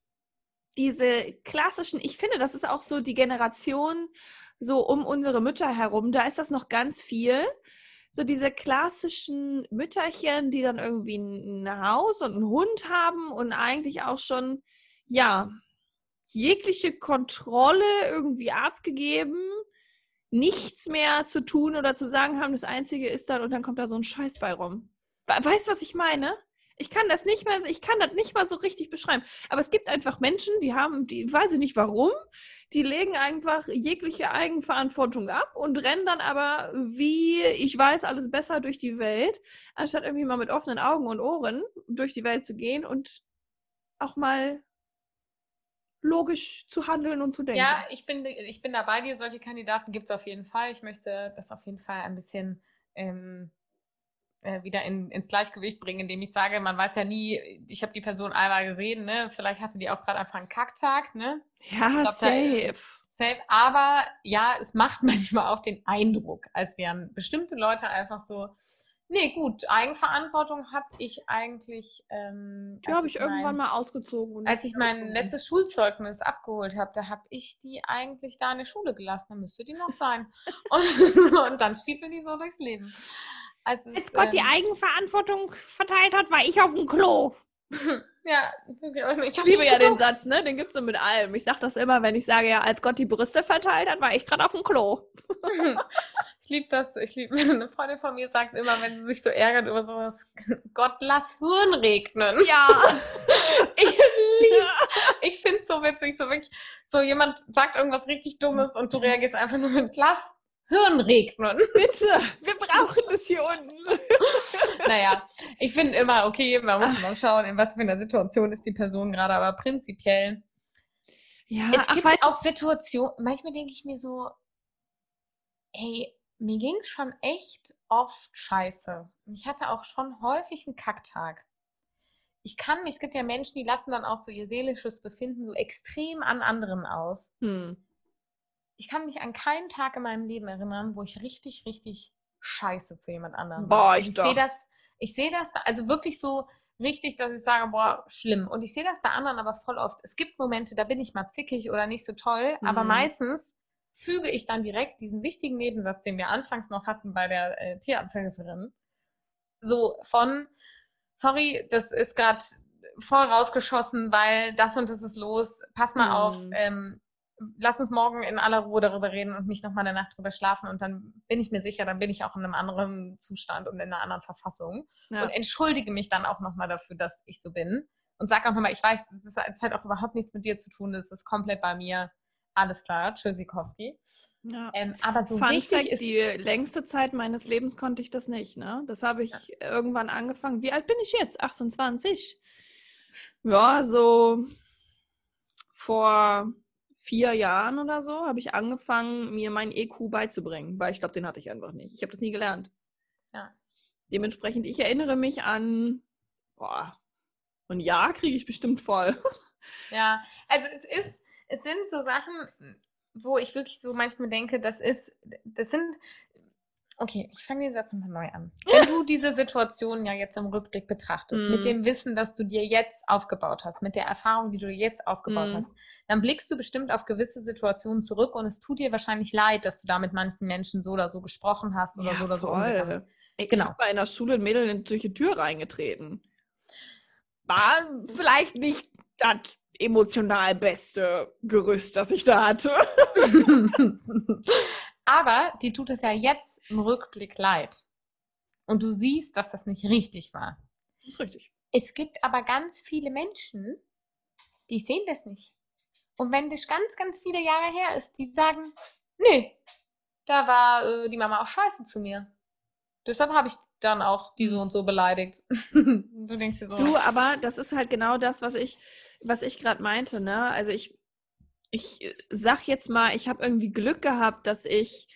Speaker 1: diese klassischen, ich finde, das ist auch so die Generation so um unsere Mütter herum, da ist das noch ganz viel. So diese klassischen Mütterchen, die dann irgendwie ein Haus und einen Hund haben und eigentlich auch schon, ja, jegliche Kontrolle irgendwie abgegeben, nichts mehr zu tun oder zu sagen haben. Das Einzige ist dann, und dann kommt da so ein Scheiß bei rum. Weißt du, was ich meine? Ich kann das nicht mal, ich kann das nicht mal so richtig beschreiben. Aber es gibt einfach Menschen, die haben, die weiß ich nicht warum, die legen einfach jegliche Eigenverantwortung ab und rennen dann aber wie, ich weiß alles besser durch die Welt, anstatt irgendwie mal mit offenen Augen und Ohren durch die Welt zu gehen und auch mal logisch zu handeln und zu denken.
Speaker 2: Ja, ich bin, ich bin da bei dir. Solche Kandidaten gibt es auf jeden Fall. Ich möchte das auf jeden Fall ein bisschen ähm, äh, wieder in, ins Gleichgewicht bringen, indem ich sage, man weiß ja nie, ich habe die Person einmal gesehen, ne? Vielleicht hatte die auch gerade einfach einen Kacktag, ne?
Speaker 1: Ja, glaub, safe.
Speaker 2: Da, safe. Aber ja, es macht manchmal auch den Eindruck, als wären bestimmte Leute einfach so, nee, gut, Eigenverantwortung habe ich eigentlich. Ähm,
Speaker 1: die habe ich, ich mein, irgendwann mal ausgezogen.
Speaker 2: Und als ich mein letztes Schulzeugnis abgeholt habe, da habe ich die eigentlich da in der Schule gelassen. Da müsste die noch sein. und, und dann stiefeln die so durchs Leben. Also
Speaker 1: als es, Gott ähm, die Eigenverantwortung verteilt hat, war ich auf dem Klo.
Speaker 2: Ja,
Speaker 1: ich, ich liebe ja den Satz, ne? Den gibt's so mit allem. Ich sage das immer, wenn ich sage, ja, als Gott die Brüste verteilt hat, war ich gerade auf dem Klo.
Speaker 2: Ich liebe das. Ich liebe, eine Freundin von mir sagt immer, wenn sie sich so ärgert über sowas, Gott, lass Hirn regnen.
Speaker 1: Ja.
Speaker 2: Ich lieb's. Ich finde es so witzig, so wirklich, so jemand sagt irgendwas richtig Dummes und du reagierst einfach nur mit, lass Hirn regnen.
Speaker 1: Bitte, wir brauchen das hier unten.
Speaker 2: Naja, ich finde immer, okay, man muss mal schauen, in was für einer Situation ist die Person gerade, aber prinzipiell.
Speaker 1: Ja,
Speaker 2: es
Speaker 1: ach,
Speaker 2: gibt auch Situationen, manchmal denke ich mir so, hey, mir ging es schon echt oft scheiße. Ich hatte auch schon häufig einen Kacktag. Ich kann mich, es gibt ja Menschen, die lassen dann auch so ihr seelisches Befinden so extrem an anderen aus.
Speaker 1: Hm.
Speaker 2: Ich kann mich an keinen Tag in meinem Leben erinnern, wo ich richtig, richtig scheiße zu jemand anderem
Speaker 1: war. Boah, ich,
Speaker 2: ich sehe das, ich sehe das, also wirklich so richtig, dass ich sage, boah, schlimm. Und ich sehe das bei anderen aber voll oft. Es gibt Momente, da bin ich mal zickig oder nicht so toll, mhm. aber meistens füge ich dann direkt diesen wichtigen Nebensatz, den wir anfangs noch hatten bei der äh, Tierarzthelferin, so von, sorry, das ist gerade voll rausgeschossen, weil das und das ist los, pass mal mhm. auf, ähm, lass uns morgen in aller Ruhe darüber reden und nicht nochmal eine Nacht drüber schlafen und dann bin ich mir sicher, dann bin ich auch in einem anderen Zustand und in einer anderen Verfassung ja. und entschuldige mich dann auch nochmal dafür, dass ich so bin und sag auch nochmal, ich weiß, das ist, das hat auch überhaupt nichts mit dir zu tun, das ist komplett bei mir, alles klar, Tschüssikowski.
Speaker 1: Ja.
Speaker 2: Ähm, aber so
Speaker 1: Fun
Speaker 2: wichtig
Speaker 1: Fact,
Speaker 2: ist...
Speaker 1: die längste Zeit meines Lebens konnte ich das nicht, ne? Das habe ich ja. irgendwann angefangen. Wie alt bin ich jetzt? achtundzwanzig? Ja, so vor vier Jahren oder so habe ich angefangen, mir meinen E Q beizubringen, weil ich glaube, den hatte ich einfach nicht. Ich habe das nie gelernt.
Speaker 2: Ja.
Speaker 1: Dementsprechend, ich erinnere mich an, boah, ein Jahr kriege ich bestimmt voll.
Speaker 2: Ja, also es ist, es sind so Sachen, wo ich wirklich so manchmal denke, das ist, das sind, okay, ich fange den Satz nochmal neu an. Wenn du diese Situation ja jetzt im Rückblick betrachtest, mm. mit dem Wissen, das du dir jetzt aufgebaut hast, mit der Erfahrung, die du dir jetzt aufgebaut mm. hast, dann blickst du bestimmt auf gewisse Situationen zurück und es tut dir wahrscheinlich leid, dass du da mit manchen Menschen so oder so gesprochen hast oder
Speaker 1: ja,
Speaker 2: so oder
Speaker 1: voll.
Speaker 2: so umgegangen hast.
Speaker 1: Ich genau. bin bei einer Schule ein Mädel durch die Tür reingetreten. War vielleicht nicht das emotional beste Gerüst, das ich da hatte.
Speaker 2: Aber dir tut es ja jetzt im Rückblick leid. Und du siehst, dass das nicht richtig war.
Speaker 1: Das ist richtig.
Speaker 2: Es gibt aber ganz viele Menschen, die sehen das nicht. Und wenn das ganz, ganz viele Jahre her ist, die sagen, nee, da war äh, die Mama auch scheiße zu mir. Deshalb habe ich dann auch die so und so beleidigt. Du denkst dir so.
Speaker 1: Du, aber das ist halt genau das, was ich, was ich gerade meinte, ne? Also ich, ich sag jetzt mal, ich habe irgendwie Glück gehabt, dass ich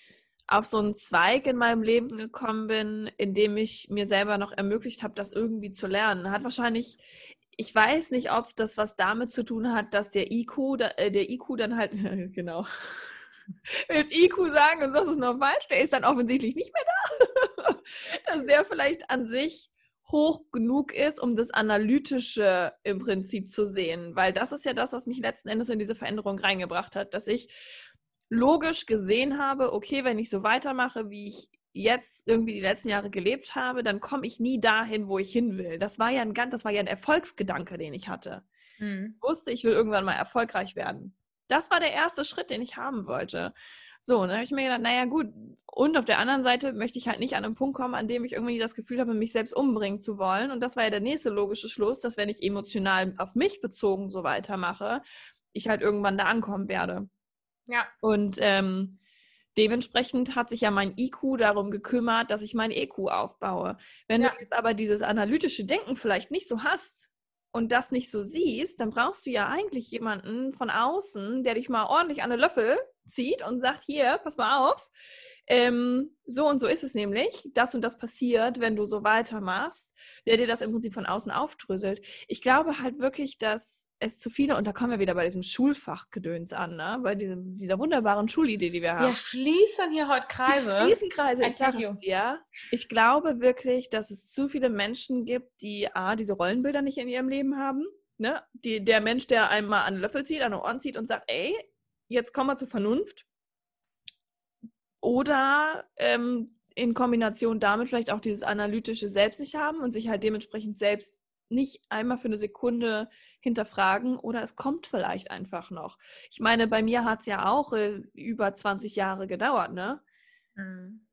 Speaker 1: auf so einen Zweig in meinem Leben gekommen bin, in dem ich mir selber noch ermöglicht habe, das irgendwie zu lernen. Hat wahrscheinlich, ich weiß nicht, ob das was damit zu tun hat, dass der I Q, äh, der I Q dann halt, genau, ich will jetzt I Q sagen und das ist noch falsch, der ist dann offensichtlich nicht mehr da, dass der vielleicht an sich hoch genug ist, um das Analytische im Prinzip zu sehen, weil das ist ja das, was mich letzten Endes in diese Veränderung reingebracht hat, dass ich logisch gesehen habe, okay, wenn ich so weitermache, wie ich jetzt irgendwie die letzten Jahre gelebt habe, dann komme ich nie dahin, wo ich hin will. Das war ja ein ganz, das war ja ein Erfolgsgedanke, den ich hatte.
Speaker 2: Mhm.
Speaker 1: Ich wusste, ich will irgendwann mal erfolgreich werden. Das war der erste Schritt, den ich haben wollte. So, und dann habe ich mir gedacht, naja gut, und auf der anderen Seite möchte ich halt nicht an einen Punkt kommen, an dem ich irgendwie das Gefühl habe, mich selbst umbringen zu wollen. Und das war ja der nächste logische Schluss, dass wenn ich emotional auf mich bezogen so weitermache, ich halt irgendwann da ankommen werde.
Speaker 2: Ja.
Speaker 1: Und ähm, dementsprechend hat sich ja mein I Q darum gekümmert, dass ich mein E Q aufbaue. Wenn
Speaker 2: Ja.
Speaker 1: du jetzt aber dieses analytische Denken vielleicht nicht so hast und das nicht so siehst, dann brauchst du ja eigentlich jemanden von außen, der dich mal ordentlich an den Löffel zieht und sagt, hier, pass mal auf, ähm, so und so ist es nämlich, das und das passiert, wenn du so weitermachst, der dir das im Prinzip von außen aufdröselt. Ich glaube halt wirklich, dass es zu viele, und da kommen wir wieder bei diesem Schulfachgedöns an, ne? Bei diesem, dieser wunderbaren Schulidee, die wir haben.
Speaker 2: Wir schließen hier heute Kreise.
Speaker 1: Wir schließen Kreise,
Speaker 2: I
Speaker 1: ich
Speaker 2: tell
Speaker 1: sage
Speaker 2: you.
Speaker 1: es dir. Ich glaube wirklich, dass es zu viele Menschen gibt, die A, diese Rollenbilder nicht in ihrem Leben haben. Ne? Die, der Mensch, der einmal an den Löffel zieht, an den Ohren zieht und sagt, ey, jetzt komm mal zur Vernunft. Oder ähm, in Kombination damit vielleicht auch dieses analytische Selbst nicht haben und sich halt dementsprechend selbst nicht einmal für eine Sekunde hinterfragen oder es kommt vielleicht einfach noch. Ich meine, bei mir hat es ja auch äh, über zwanzig Jahre gedauert, ne?
Speaker 2: Mhm.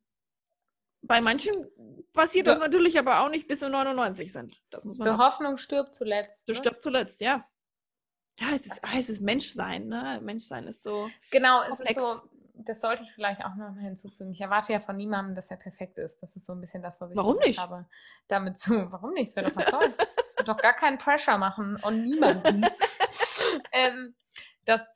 Speaker 1: Bei manchen passiert
Speaker 2: Du-
Speaker 1: das natürlich aber auch nicht, bis sie neunundneunzig sind. Das muss man
Speaker 2: Die
Speaker 1: auch.
Speaker 2: Hoffnung stirbt zuletzt.
Speaker 1: Du
Speaker 2: Ne?
Speaker 1: stirbst zuletzt, ja. Ja, es ist, ah, es ist Menschsein, ne? Menschsein ist so
Speaker 2: Genau, es
Speaker 1: komplex.
Speaker 2: ist so, das sollte ich vielleicht auch noch mal hinzufügen. Ich erwarte ja von niemandem, dass er perfekt ist. Das ist so ein bisschen das, was ich
Speaker 1: Warum
Speaker 2: versucht
Speaker 1: nicht?
Speaker 2: habe, damit zu. Warum nicht? Es wäre doch mal toll. Ich will doch gar keinen Pressure machen und niemanden. ähm, das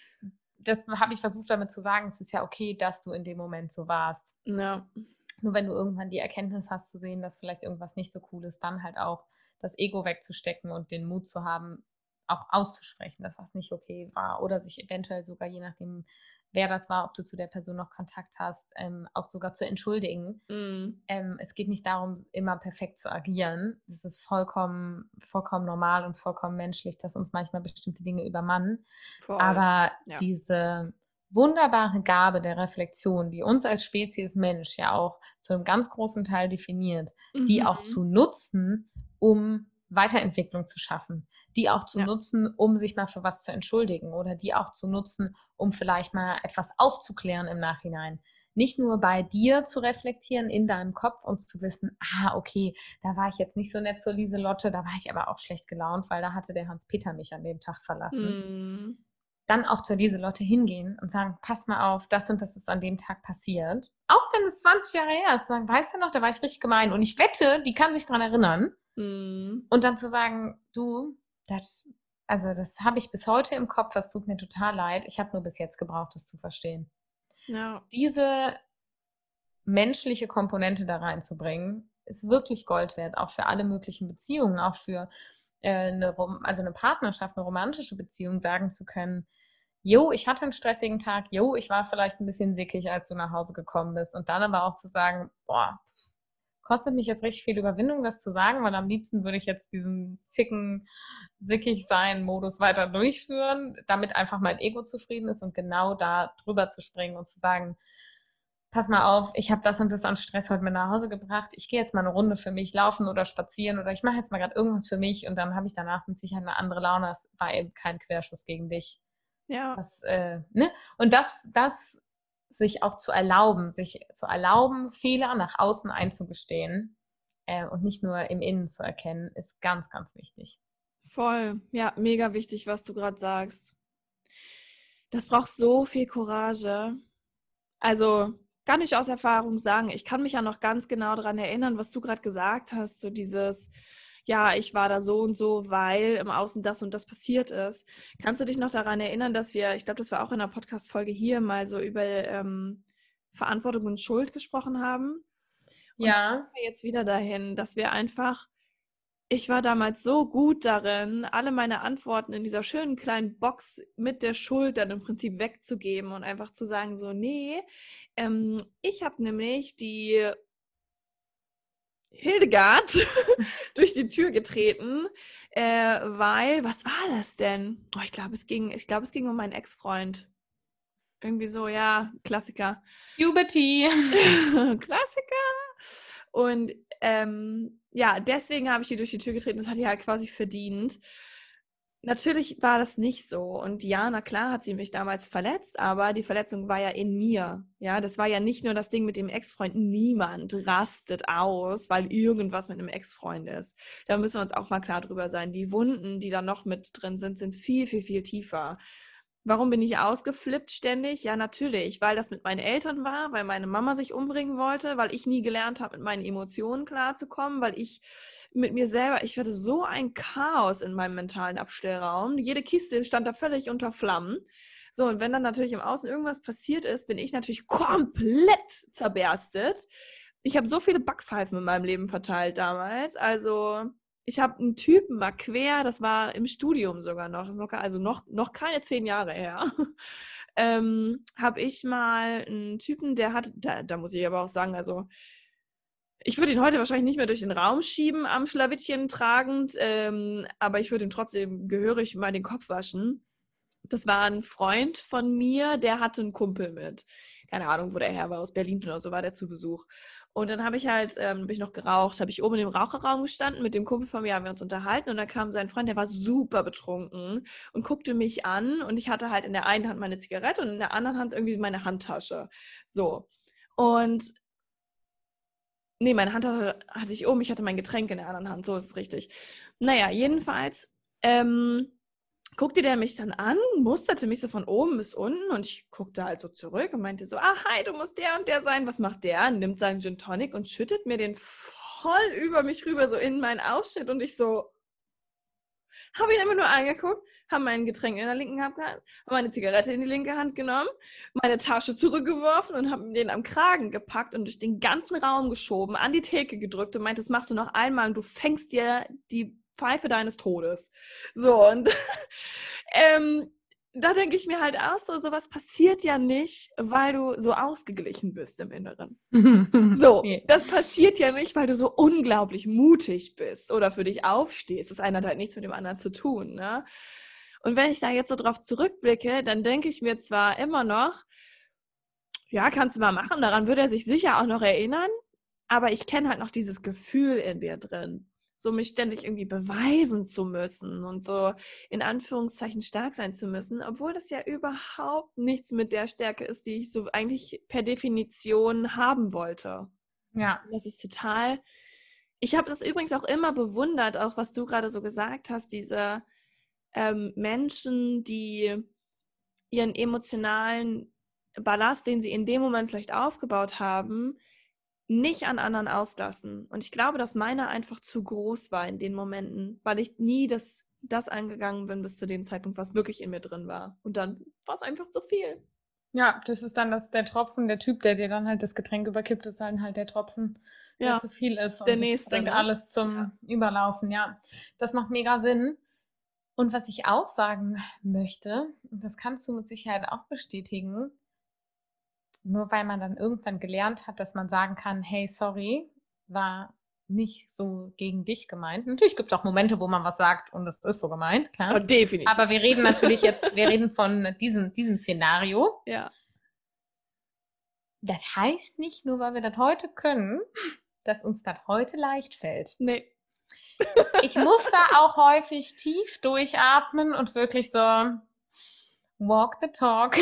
Speaker 2: das habe ich versucht damit zu sagen. Es ist ja okay, dass du in dem Moment so warst.
Speaker 1: Ja.
Speaker 2: Nur wenn du irgendwann die Erkenntnis hast zu sehen, dass vielleicht irgendwas nicht so cool ist, dann halt auch das Ego wegzustecken und den Mut zu haben, auch auszusprechen, dass das nicht okay war oder sich eventuell sogar, je nachdem, wer das war, ob du zu der Person noch Kontakt hast, ähm, auch sogar zu entschuldigen.
Speaker 1: Mm.
Speaker 2: Ähm, es geht nicht darum, immer perfekt zu agieren. Es ist vollkommen, vollkommen normal und vollkommen menschlich, dass uns manchmal bestimmte Dinge übermannen.
Speaker 1: Voll.
Speaker 2: Aber
Speaker 1: Ja.
Speaker 2: diese wunderbare Gabe der Reflexion, die uns als Spezies Mensch ja auch zu einem ganz großen Teil definiert, die
Speaker 1: Mhm.
Speaker 2: auch zu nutzen, um Weiterentwicklung zu schaffen, die auch zu
Speaker 1: Ja.
Speaker 2: nutzen, um sich mal für was zu entschuldigen oder die auch zu nutzen, um vielleicht mal etwas aufzuklären im Nachhinein. Nicht nur bei dir zu reflektieren in deinem Kopf und zu wissen, ah, okay, da war ich jetzt nicht so nett zur Lieselotte, da war ich aber auch schlecht gelaunt, weil da hatte der Hans-Peter mich an dem Tag verlassen.
Speaker 1: Mm.
Speaker 2: Dann auch zur Lieselotte hingehen und sagen, pass mal auf, das und das ist an dem Tag passiert. Auch wenn es zwanzig Jahre her ist, sagen, weißt du noch, da war ich richtig gemein. Und ich wette, die kann sich dran erinnern.
Speaker 1: Mm.
Speaker 2: Und dann zu sagen, du, das, also das habe ich bis heute im Kopf, das tut mir total leid. Ich habe nur bis jetzt gebraucht, das zu verstehen.
Speaker 1: Ja.
Speaker 2: Diese menschliche Komponente da reinzubringen, ist wirklich Gold wert, auch für alle möglichen Beziehungen, auch für äh, eine, also eine Partnerschaft, eine romantische Beziehung, sagen zu können, jo, ich hatte einen stressigen Tag, jo, ich war vielleicht ein bisschen sickig, als du nach Hause gekommen bist. Und dann aber auch zu sagen, boah, kostet mich jetzt richtig viel Überwindung, das zu sagen, weil am liebsten würde ich jetzt diesen zicken, sickig sein Modus weiter durchführen, damit einfach mein Ego zufrieden ist und genau da drüber zu springen und zu sagen, pass mal auf, ich habe das und das an Stress heute mit nach Hause gebracht, ich gehe jetzt mal eine Runde für mich laufen oder spazieren oder ich mache jetzt mal gerade irgendwas für mich und dann habe ich danach mit Sicherheit eine andere Laune, das war eben kein Querschuss gegen dich.
Speaker 1: Ja.
Speaker 2: Das, äh, ne? Und das, das sich auch zu erlauben, sich zu erlauben, Fehler nach außen einzugestehen äh, und nicht nur im Innen zu erkennen, ist ganz, ganz wichtig.
Speaker 1: Voll. Ja, mega wichtig, was du gerade sagst. Das braucht so viel Courage. Also, kann ich aus Erfahrung sagen, ich kann mich ja noch ganz genau daran erinnern, was du gerade gesagt hast, so dieses, ja, ich war da so und so, weil im Außen das und das passiert ist. Kannst du dich noch daran erinnern, dass wir, ich glaube, das war auch in einer Podcast-Folge hier mal so über ähm, Verantwortung und Schuld gesprochen haben. Und
Speaker 2: Ja.
Speaker 1: jetzt wieder dahin, dass wir einfach, ich war damals so gut darin, alle meine Antworten in dieser schönen kleinen Box mit der Schuld dann im Prinzip wegzugeben und einfach zu sagen so, nee, ähm, ich habe nämlich die Hildegard durch die Tür getreten, äh, weil, was war das denn? Oh, ich glaube, es ging, ich glaube, es ging um meinen Ex-Freund. Irgendwie so, ja, Klassiker.
Speaker 2: Puberty.
Speaker 1: Klassiker. Und ähm, ja, deswegen habe ich die durch die Tür getreten. Das hat die halt quasi verdient. Natürlich war das nicht so. Und ja, na klar hat sie mich damals verletzt, aber die Verletzung war ja in mir. Ja, das war ja nicht nur das Ding mit dem Ex-Freund. Niemand rastet aus, weil irgendwas mit einem Ex-Freund ist. Da müssen wir uns auch mal klar drüber sein. Die Wunden, die da noch mit drin sind, sind viel, viel, viel tiefer. Warum bin ich ausgeflippt ständig? Ja, natürlich, weil das mit meinen Eltern war, weil meine Mama sich umbringen wollte, weil ich nie gelernt habe, mit meinen Emotionen klarzukommen, weil ich mit mir selber, ich hatte so ein Chaos in meinem mentalen Abstellraum. Jede Kiste stand da völlig unter Flammen. So, und wenn dann natürlich im Außen irgendwas passiert ist, bin ich natürlich komplett zerberstet. Ich habe so viele Backpfeifen in meinem Leben verteilt damals, also... Ich habe einen Typen mal quer, das war im Studium sogar noch, das ist noch also noch, noch keine zehn Jahre her, ähm, habe ich mal einen Typen, der hat, da, da muss ich aber auch sagen, also ich würde ihn heute wahrscheinlich nicht mehr durch den Raum schieben, am Schlawittchen tragend, ähm, aber ich würde ihm trotzdem gehörig mal den Kopf waschen. Das war ein Freund von mir, der hatte einen Kumpel mit. Keine Ahnung, wo der her war, aus Berlin oder so war der zu Besuch. Und dann habe ich halt, ähm, bin ich noch geraucht, habe ich oben im Raucherraum gestanden, mit dem Kumpel von mir haben wir uns unterhalten und dann kam sein Freund, der war super betrunken und guckte mich an und ich hatte halt in der einen Hand meine Zigarette und in der anderen Hand irgendwie meine Handtasche. So. Und nee, meine Handtasche hatte ich oben, ich hatte mein Getränk in der anderen Hand, so ist es richtig. Naja, jedenfalls, ähm, guckte der mich dann an, musterte mich so von oben bis unten und ich guckte halt so zurück und meinte so, ah, hi, du musst der und der sein. Was macht der? Nimmt seinen Gin Tonic und schüttet mir den voll über mich rüber, so in meinen Ausschnitt und ich so, habe ihn immer nur angeguckt, habe mein Getränk in der linken Hand gehabt, habe meine Zigarette in die linke Hand genommen, meine Tasche zurückgeworfen und habe den am Kragen gepackt und durch den ganzen Raum geschoben, an die Theke gedrückt und meinte, das machst du noch einmal und du fängst dir die Pfeife deines Todes. So, und ähm, da denke ich mir halt auch so, sowas passiert ja nicht, weil du so ausgeglichen bist im Inneren. So, das passiert ja nicht, weil du so unglaublich mutig bist oder für dich aufstehst. Das eine hat halt nichts mit dem anderen zu tun, ne? Und wenn ich da jetzt so drauf zurückblicke, dann denke ich mir zwar immer noch, ja, kannst du mal machen, daran würde er sich sicher auch noch erinnern, aber ich kenne halt noch dieses Gefühl in mir drin, so mich ständig irgendwie beweisen zu müssen und so in Anführungszeichen stark sein zu müssen, obwohl das ja überhaupt nichts mit der Stärke ist, die ich so eigentlich per Definition haben wollte.
Speaker 2: Ja.
Speaker 1: Das ist total... Ich habe das übrigens auch immer bewundert, auch was du gerade so gesagt hast, diese ähm, Menschen, die ihren emotionalen Ballast, den sie in dem Moment vielleicht aufgebaut haben, nicht an anderen auslassen. Und ich glaube, dass meiner einfach zu groß war in den Momenten, weil ich nie das, das angegangen bin bis zu dem Zeitpunkt, was wirklich in mir drin war. Und dann war es einfach zu viel.
Speaker 2: Ja, das ist dann das, der Tropfen, der Typ, der dir dann halt das Getränk überkippt, ist dann halt der Tropfen, der
Speaker 1: Ja,
Speaker 2: zu viel ist. Und
Speaker 1: der
Speaker 2: das
Speaker 1: nächste,
Speaker 2: bringt
Speaker 1: ne?
Speaker 2: alles zum
Speaker 1: Ja.
Speaker 2: Überlaufen, ja. Das macht mega Sinn. Und was ich auch sagen möchte, das kannst du mit Sicherheit auch bestätigen, nur weil man dann irgendwann gelernt hat, dass man sagen kann, hey, sorry, war nicht so gegen dich gemeint. Natürlich gibt es auch Momente, wo man was sagt und es ist so gemeint, klar.
Speaker 1: Oh, definitiv.
Speaker 2: Aber wir reden natürlich jetzt, wir reden von diesem, diesem Szenario.
Speaker 1: Ja.
Speaker 2: Das heißt nicht, nur weil wir das heute können, dass uns das heute leicht fällt.
Speaker 1: Nee.
Speaker 2: Ich muss da auch häufig tief durchatmen und wirklich so walk the talk.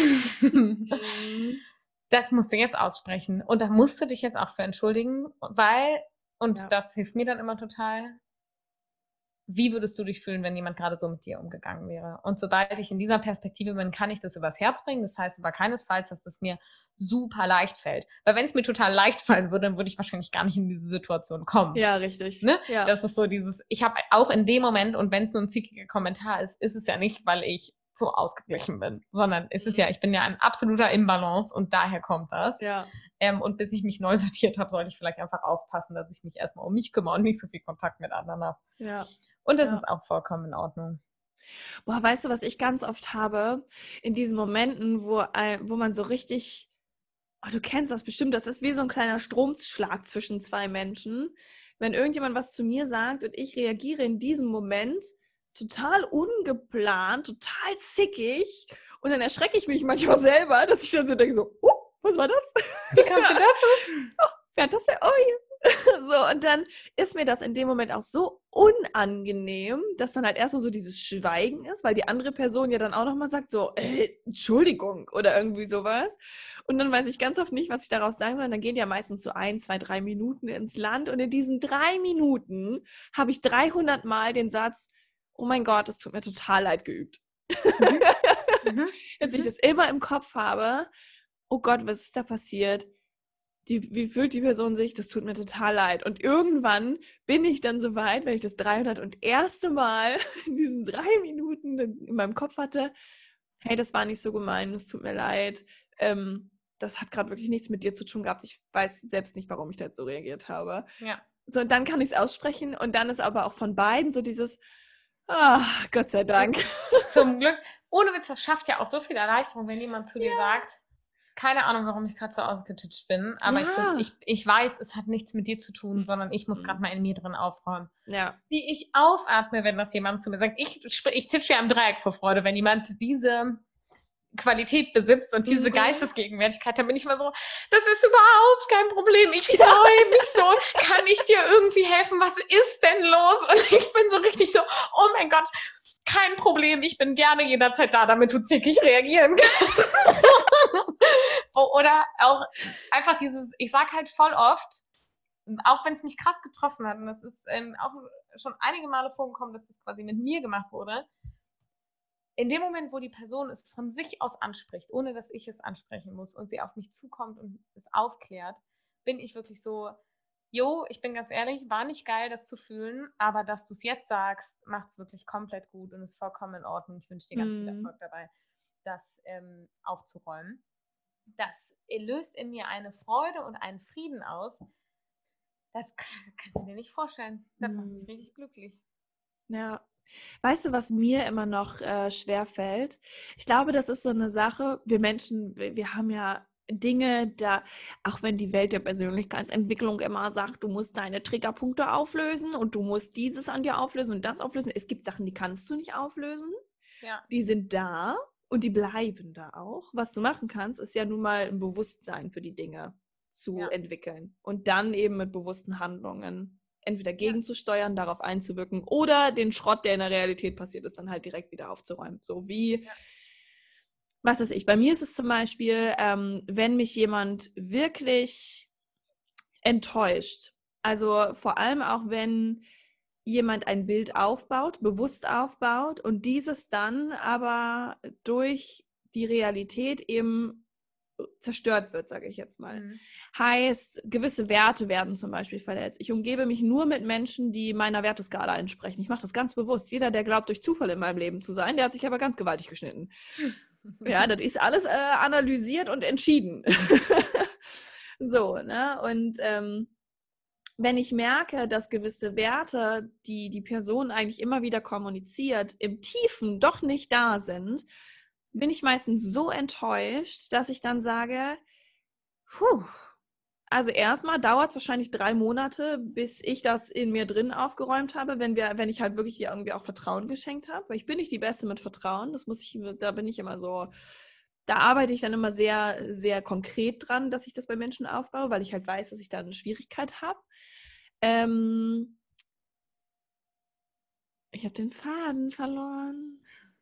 Speaker 2: Das musst du jetzt aussprechen. Und da musst du dich jetzt auch für entschuldigen, weil, und
Speaker 1: Ja.
Speaker 2: das hilft mir dann immer total, wie würdest du dich fühlen, wenn jemand gerade so mit dir umgegangen wäre? Und sobald ich in dieser Perspektive bin, kann ich das übers Herz bringen. Das heißt aber keinesfalls, dass das mir super leicht fällt. Weil wenn es mir total leicht fallen würde, dann würde ich wahrscheinlich gar nicht in diese Situation kommen.
Speaker 1: Ja, richtig.
Speaker 2: Ne?
Speaker 1: Ja.
Speaker 2: Das ist so dieses, ich habe auch in dem Moment, und wenn es nur ein zickiger Kommentar ist, ist es ja nicht, weil ich so ausgeglichen bin, sondern es ist ja, ich bin ja ein absoluter Imbalance und daher kommt das.
Speaker 1: Ja.
Speaker 2: Ähm, und bis ich mich neu sortiert habe, sollte ich vielleicht einfach aufpassen, dass ich mich erstmal um mich kümmere und nicht so viel Kontakt mit anderen habe.
Speaker 1: Ja.
Speaker 2: Und das
Speaker 1: Ja.
Speaker 2: ist auch vollkommen in Ordnung.
Speaker 1: Boah, weißt du, was ich ganz oft habe? In diesen Momenten, wo, ein, wo man so richtig, oh, du kennst das bestimmt, das ist wie so ein kleiner Stromschlag zwischen zwei Menschen. Wenn irgendjemand was zu mir sagt und ich reagiere in diesem Moment total ungeplant, total zickig und dann erschrecke ich mich manchmal selber, dass ich dann so denke, so, oh, was war das?
Speaker 2: Wie kamst du dazu?
Speaker 1: Oh, wer hat das denn? Oh, ja. So, und dann ist mir das in dem Moment auch so unangenehm, dass dann halt erstmal so dieses Schweigen ist, weil die andere Person ja dann auch nochmal sagt so, äh, Entschuldigung oder irgendwie sowas. Und dann weiß ich ganz oft nicht, was ich darauf sagen soll. Und dann gehen ja meistens so ein, zwei, drei Minuten ins Land. Und in diesen drei Minuten habe ich dreihundert Mal den Satz, oh mein Gott, es tut mir total leid geübt. Mhm. Mhm. Dass ich das immer im Kopf habe, oh Gott, was ist da passiert? Die, wie fühlt die Person sich? Das tut mir total leid. Und irgendwann bin ich dann so weit, wenn ich das dreihundert und erste Mal in diesen drei Minuten in meinem Kopf hatte, hey, das war nicht so gemein, es tut mir leid. Ähm, das hat gerade wirklich nichts mit dir zu tun gehabt. Ich weiß selbst nicht, warum ich da jetzt so reagiert habe.
Speaker 2: Ja.
Speaker 1: So, und dann kann ich es aussprechen und dann ist aber auch von beiden so dieses, ah, Gott sei Dank.
Speaker 2: Zum Glück. Ohne Witz, das schafft ja auch so viel Erleichterung, wenn jemand zu dir ja. sagt, keine Ahnung, warum ich gerade so ausgetitscht bin, aber ja. ich, bin, ich, ich weiß, es hat nichts mit dir zu tun, mhm. sondern ich muss gerade mal in mir drin aufräumen.
Speaker 1: Ja.
Speaker 2: Wie ich aufatme, wenn das jemand zu mir sagt. Ich, ich titsche ja im Dreieck vor Freude, wenn jemand diese Qualität besitzt und diese mhm. Geistesgegenwärtigkeit, dann bin ich immer so, das ist überhaupt kein Problem, ich freue mich so, kann ich dir irgendwie helfen, was ist denn los? Und ich bin so richtig so, oh mein Gott, kein Problem, ich bin gerne jederzeit da, damit du zickig reagieren kannst. Oder auch einfach dieses, ich sag halt voll oft, auch wenn es mich krass getroffen hat, und das ist ähm, auch schon einige Male vorgekommen, dass das quasi mit mir gemacht wurde, in dem Moment, wo die Person es von sich aus anspricht, ohne dass ich es ansprechen muss und sie auf mich zukommt und es aufklärt, bin ich wirklich so, jo, ich bin ganz ehrlich, war nicht geil, das zu fühlen, aber dass du es jetzt sagst, macht es wirklich komplett gut und ist vollkommen in Ordnung. Ich wünsche dir ganz mm. viel Erfolg dabei, das ähm, aufzuräumen. Das löst in mir eine Freude und einen Frieden aus. Das kannst du dir nicht vorstellen. Das mm. macht mich richtig glücklich.
Speaker 1: Ja. Weißt du, was mir immer noch äh, schwerfällt? Ich glaube, das ist so eine Sache, wir Menschen, wir, wir haben ja Dinge, da, auch wenn die Welt der Persönlichkeitsentwicklung immer sagt, du musst deine Triggerpunkte auflösen und du musst dieses an dir auflösen und das auflösen. Es gibt Sachen, die kannst du nicht auflösen.
Speaker 2: Ja.
Speaker 1: Die sind da und die bleiben da auch. Was du machen kannst, ist ja nun mal ein Bewusstsein für die Dinge zu ja. entwickeln und dann eben mit bewussten Handlungen entweder gegenzusteuern, ja. darauf einzuwirken oder den Schrott, der in der Realität passiert ist, dann halt direkt wieder aufzuräumen. So wie, ja. was weiß ich, bei mir ist es zum Beispiel, ähm, wenn mich jemand wirklich enttäuscht, also vor allem auch, wenn jemand ein Bild aufbaut, bewusst aufbaut und dieses dann aber durch die Realität eben zerstört wird, sage ich jetzt mal. Mhm. Heißt, gewisse Werte werden zum Beispiel verletzt. Ich umgebe mich nur mit Menschen, die meiner Werteskala entsprechen. Ich mache das ganz bewusst. Jeder, der glaubt, durch Zufall in meinem Leben zu sein, der hat sich aber ganz gewaltig geschnitten. Ja, das ist alles äh, analysiert und entschieden. So, ne? Und ähm, wenn ich merke, dass gewisse Werte, die die Person eigentlich immer wieder kommuniziert, im Tiefen doch nicht da sind, bin ich meistens so enttäuscht, dass ich dann sage, puh, also erstmal dauert es wahrscheinlich drei Monate, bis ich das in mir drin aufgeräumt habe, wenn wir, wenn ich halt wirklich ihr irgendwie auch Vertrauen geschenkt habe, weil ich bin nicht die Beste mit Vertrauen, das muss ich, da bin ich immer so, da arbeite ich dann immer sehr, sehr konkret dran, dass ich das bei Menschen aufbaue, weil ich halt weiß, dass ich da eine Schwierigkeit habe. Ähm, ich habe den Faden verloren.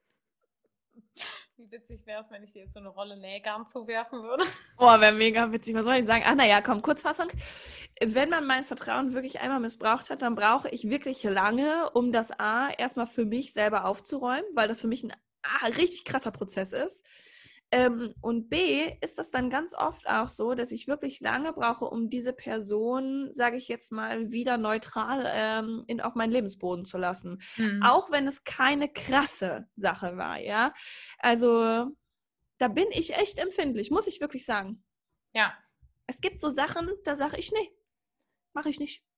Speaker 2: Wie witzig wäre es, wenn ich dir jetzt so eine Rolle Nähgarn zuwerfen würde?
Speaker 1: Oh, wäre mega witzig. Was soll ich sagen? Ach, naja, komm, Kurzfassung. Wenn man mein Vertrauen wirklich einmal missbraucht hat, dann brauche ich wirklich lange, um das A erstmal für mich selber aufzuräumen, weil das für mich ein A, richtig krasser Prozess ist. Ähm, und B, ist das dann ganz oft auch so, dass ich wirklich lange brauche, um diese Person, sage ich jetzt mal, wieder neutral ähm, in, auf meinen Lebensboden zu lassen.
Speaker 2: Mhm.
Speaker 1: Auch wenn es keine krasse Sache war, ja. Also da bin ich echt empfindlich, muss ich wirklich sagen.
Speaker 2: Ja.
Speaker 1: Es gibt so Sachen, da sage ich, nee, mache ich nicht.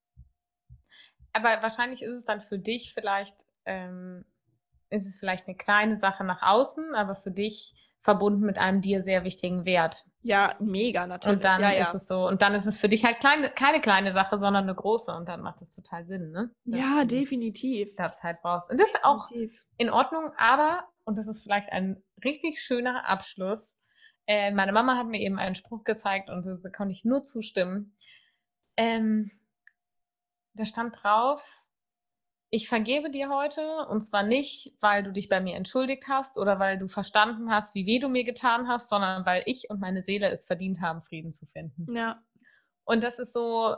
Speaker 2: Aber wahrscheinlich ist es dann für dich vielleicht, ähm, ist es vielleicht eine kleine Sache nach außen, aber für dich verbunden mit einem dir sehr wichtigen Wert.
Speaker 1: Ja, mega natürlich.
Speaker 2: Und dann
Speaker 1: ja, ja.
Speaker 2: ist es so, und dann ist es für dich halt kleine, keine kleine Sache, sondern eine große und dann macht es total Sinn, ne? Dass
Speaker 1: Ja,
Speaker 2: du
Speaker 1: definitiv.
Speaker 2: da Zeit brauchst. Und das ist auch
Speaker 1: Definitiv.
Speaker 2: in Ordnung, aber, und das ist vielleicht ein richtig schöner Abschluss, äh, meine Mama hat mir eben einen Spruch gezeigt und da konnte ich nur zustimmen. Ähm, da stand drauf, ich vergebe dir heute und zwar nicht, weil du dich bei mir entschuldigt hast oder weil du verstanden hast, wie weh du mir getan hast, sondern weil ich und meine Seele es verdient haben, Frieden zu finden.
Speaker 1: Ja.
Speaker 2: Und das ist so,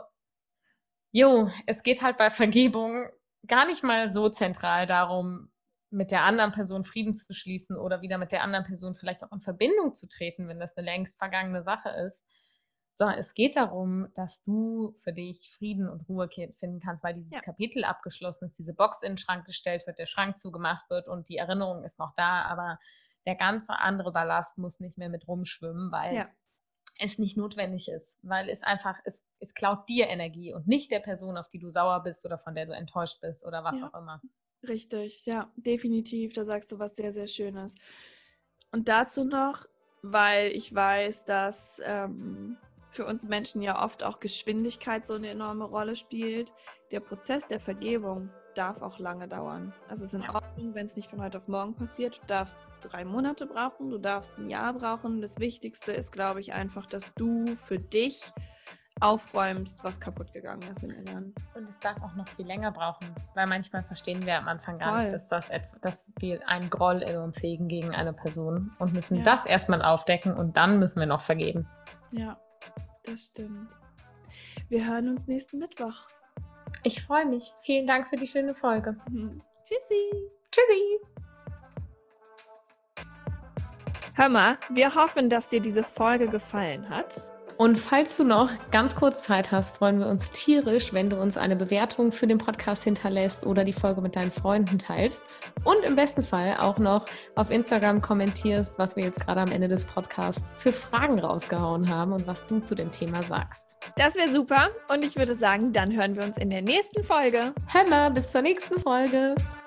Speaker 2: jo, es geht halt bei Vergebung gar nicht mal so zentral darum, mit der anderen Person Frieden zu schließen oder wieder mit der anderen Person vielleicht auch in Verbindung zu treten, wenn das eine längst vergangene Sache ist, sondern es geht darum, dass du für dich Frieden und Ruhe finden kannst, weil dieses
Speaker 1: Ja.
Speaker 2: Kapitel abgeschlossen ist, diese Box in den Schrank gestellt wird, der Schrank zugemacht wird und die Erinnerung ist noch da, aber der ganze andere Ballast muss nicht mehr mit rumschwimmen, weil
Speaker 1: Ja.
Speaker 2: es nicht notwendig ist, weil es einfach, es, es klaut dir Energie und nicht der Person, auf die du sauer bist oder von der du enttäuscht bist oder was
Speaker 1: Ja.
Speaker 2: auch immer.
Speaker 1: Richtig, ja, definitiv. Da sagst du was sehr, sehr Schönes. Und dazu noch, weil ich weiß, dass ähm, für uns Menschen ja oft auch Geschwindigkeit so eine enorme Rolle spielt. Der Prozess der Vergebung darf auch lange dauern. Also es ist in Ordnung, wenn es nicht von heute auf morgen passiert. Du darfst drei Monate brauchen, du darfst ein Jahr brauchen. Das Wichtigste ist, glaube ich, einfach, dass du für dich aufräumst, was kaputt gegangen ist im Inneren.
Speaker 2: Und es darf auch noch viel länger brauchen, weil manchmal verstehen wir am Anfang gar
Speaker 1: Voll.
Speaker 2: nicht, dass, das etwa, dass wir einen Groll in uns hegen gegen eine Person und müssen
Speaker 1: Ja.
Speaker 2: das erstmal aufdecken und dann müssen wir noch vergeben.
Speaker 1: Ja, das stimmt. Wir hören uns nächsten Mittwoch.
Speaker 2: Ich freue mich. Vielen Dank für die schöne Folge.
Speaker 1: Mhm. Tschüssi.
Speaker 2: Tschüssi.
Speaker 1: Hör mal, wir hoffen, dass dir diese Folge gefallen hat.
Speaker 2: Und falls du noch ganz kurz Zeit hast, freuen wir uns tierisch, wenn du uns eine Bewertung für den Podcast hinterlässt oder die Folge mit deinen Freunden teilst. Und im besten Fall auch noch auf Instagram kommentierst, was wir jetzt gerade am Ende des Podcasts für Fragen rausgehauen haben und was du zu dem Thema sagst.
Speaker 1: Das wäre super. Und ich würde sagen, dann hören wir uns in der nächsten Folge.
Speaker 2: Hör mal, bis zur nächsten Folge.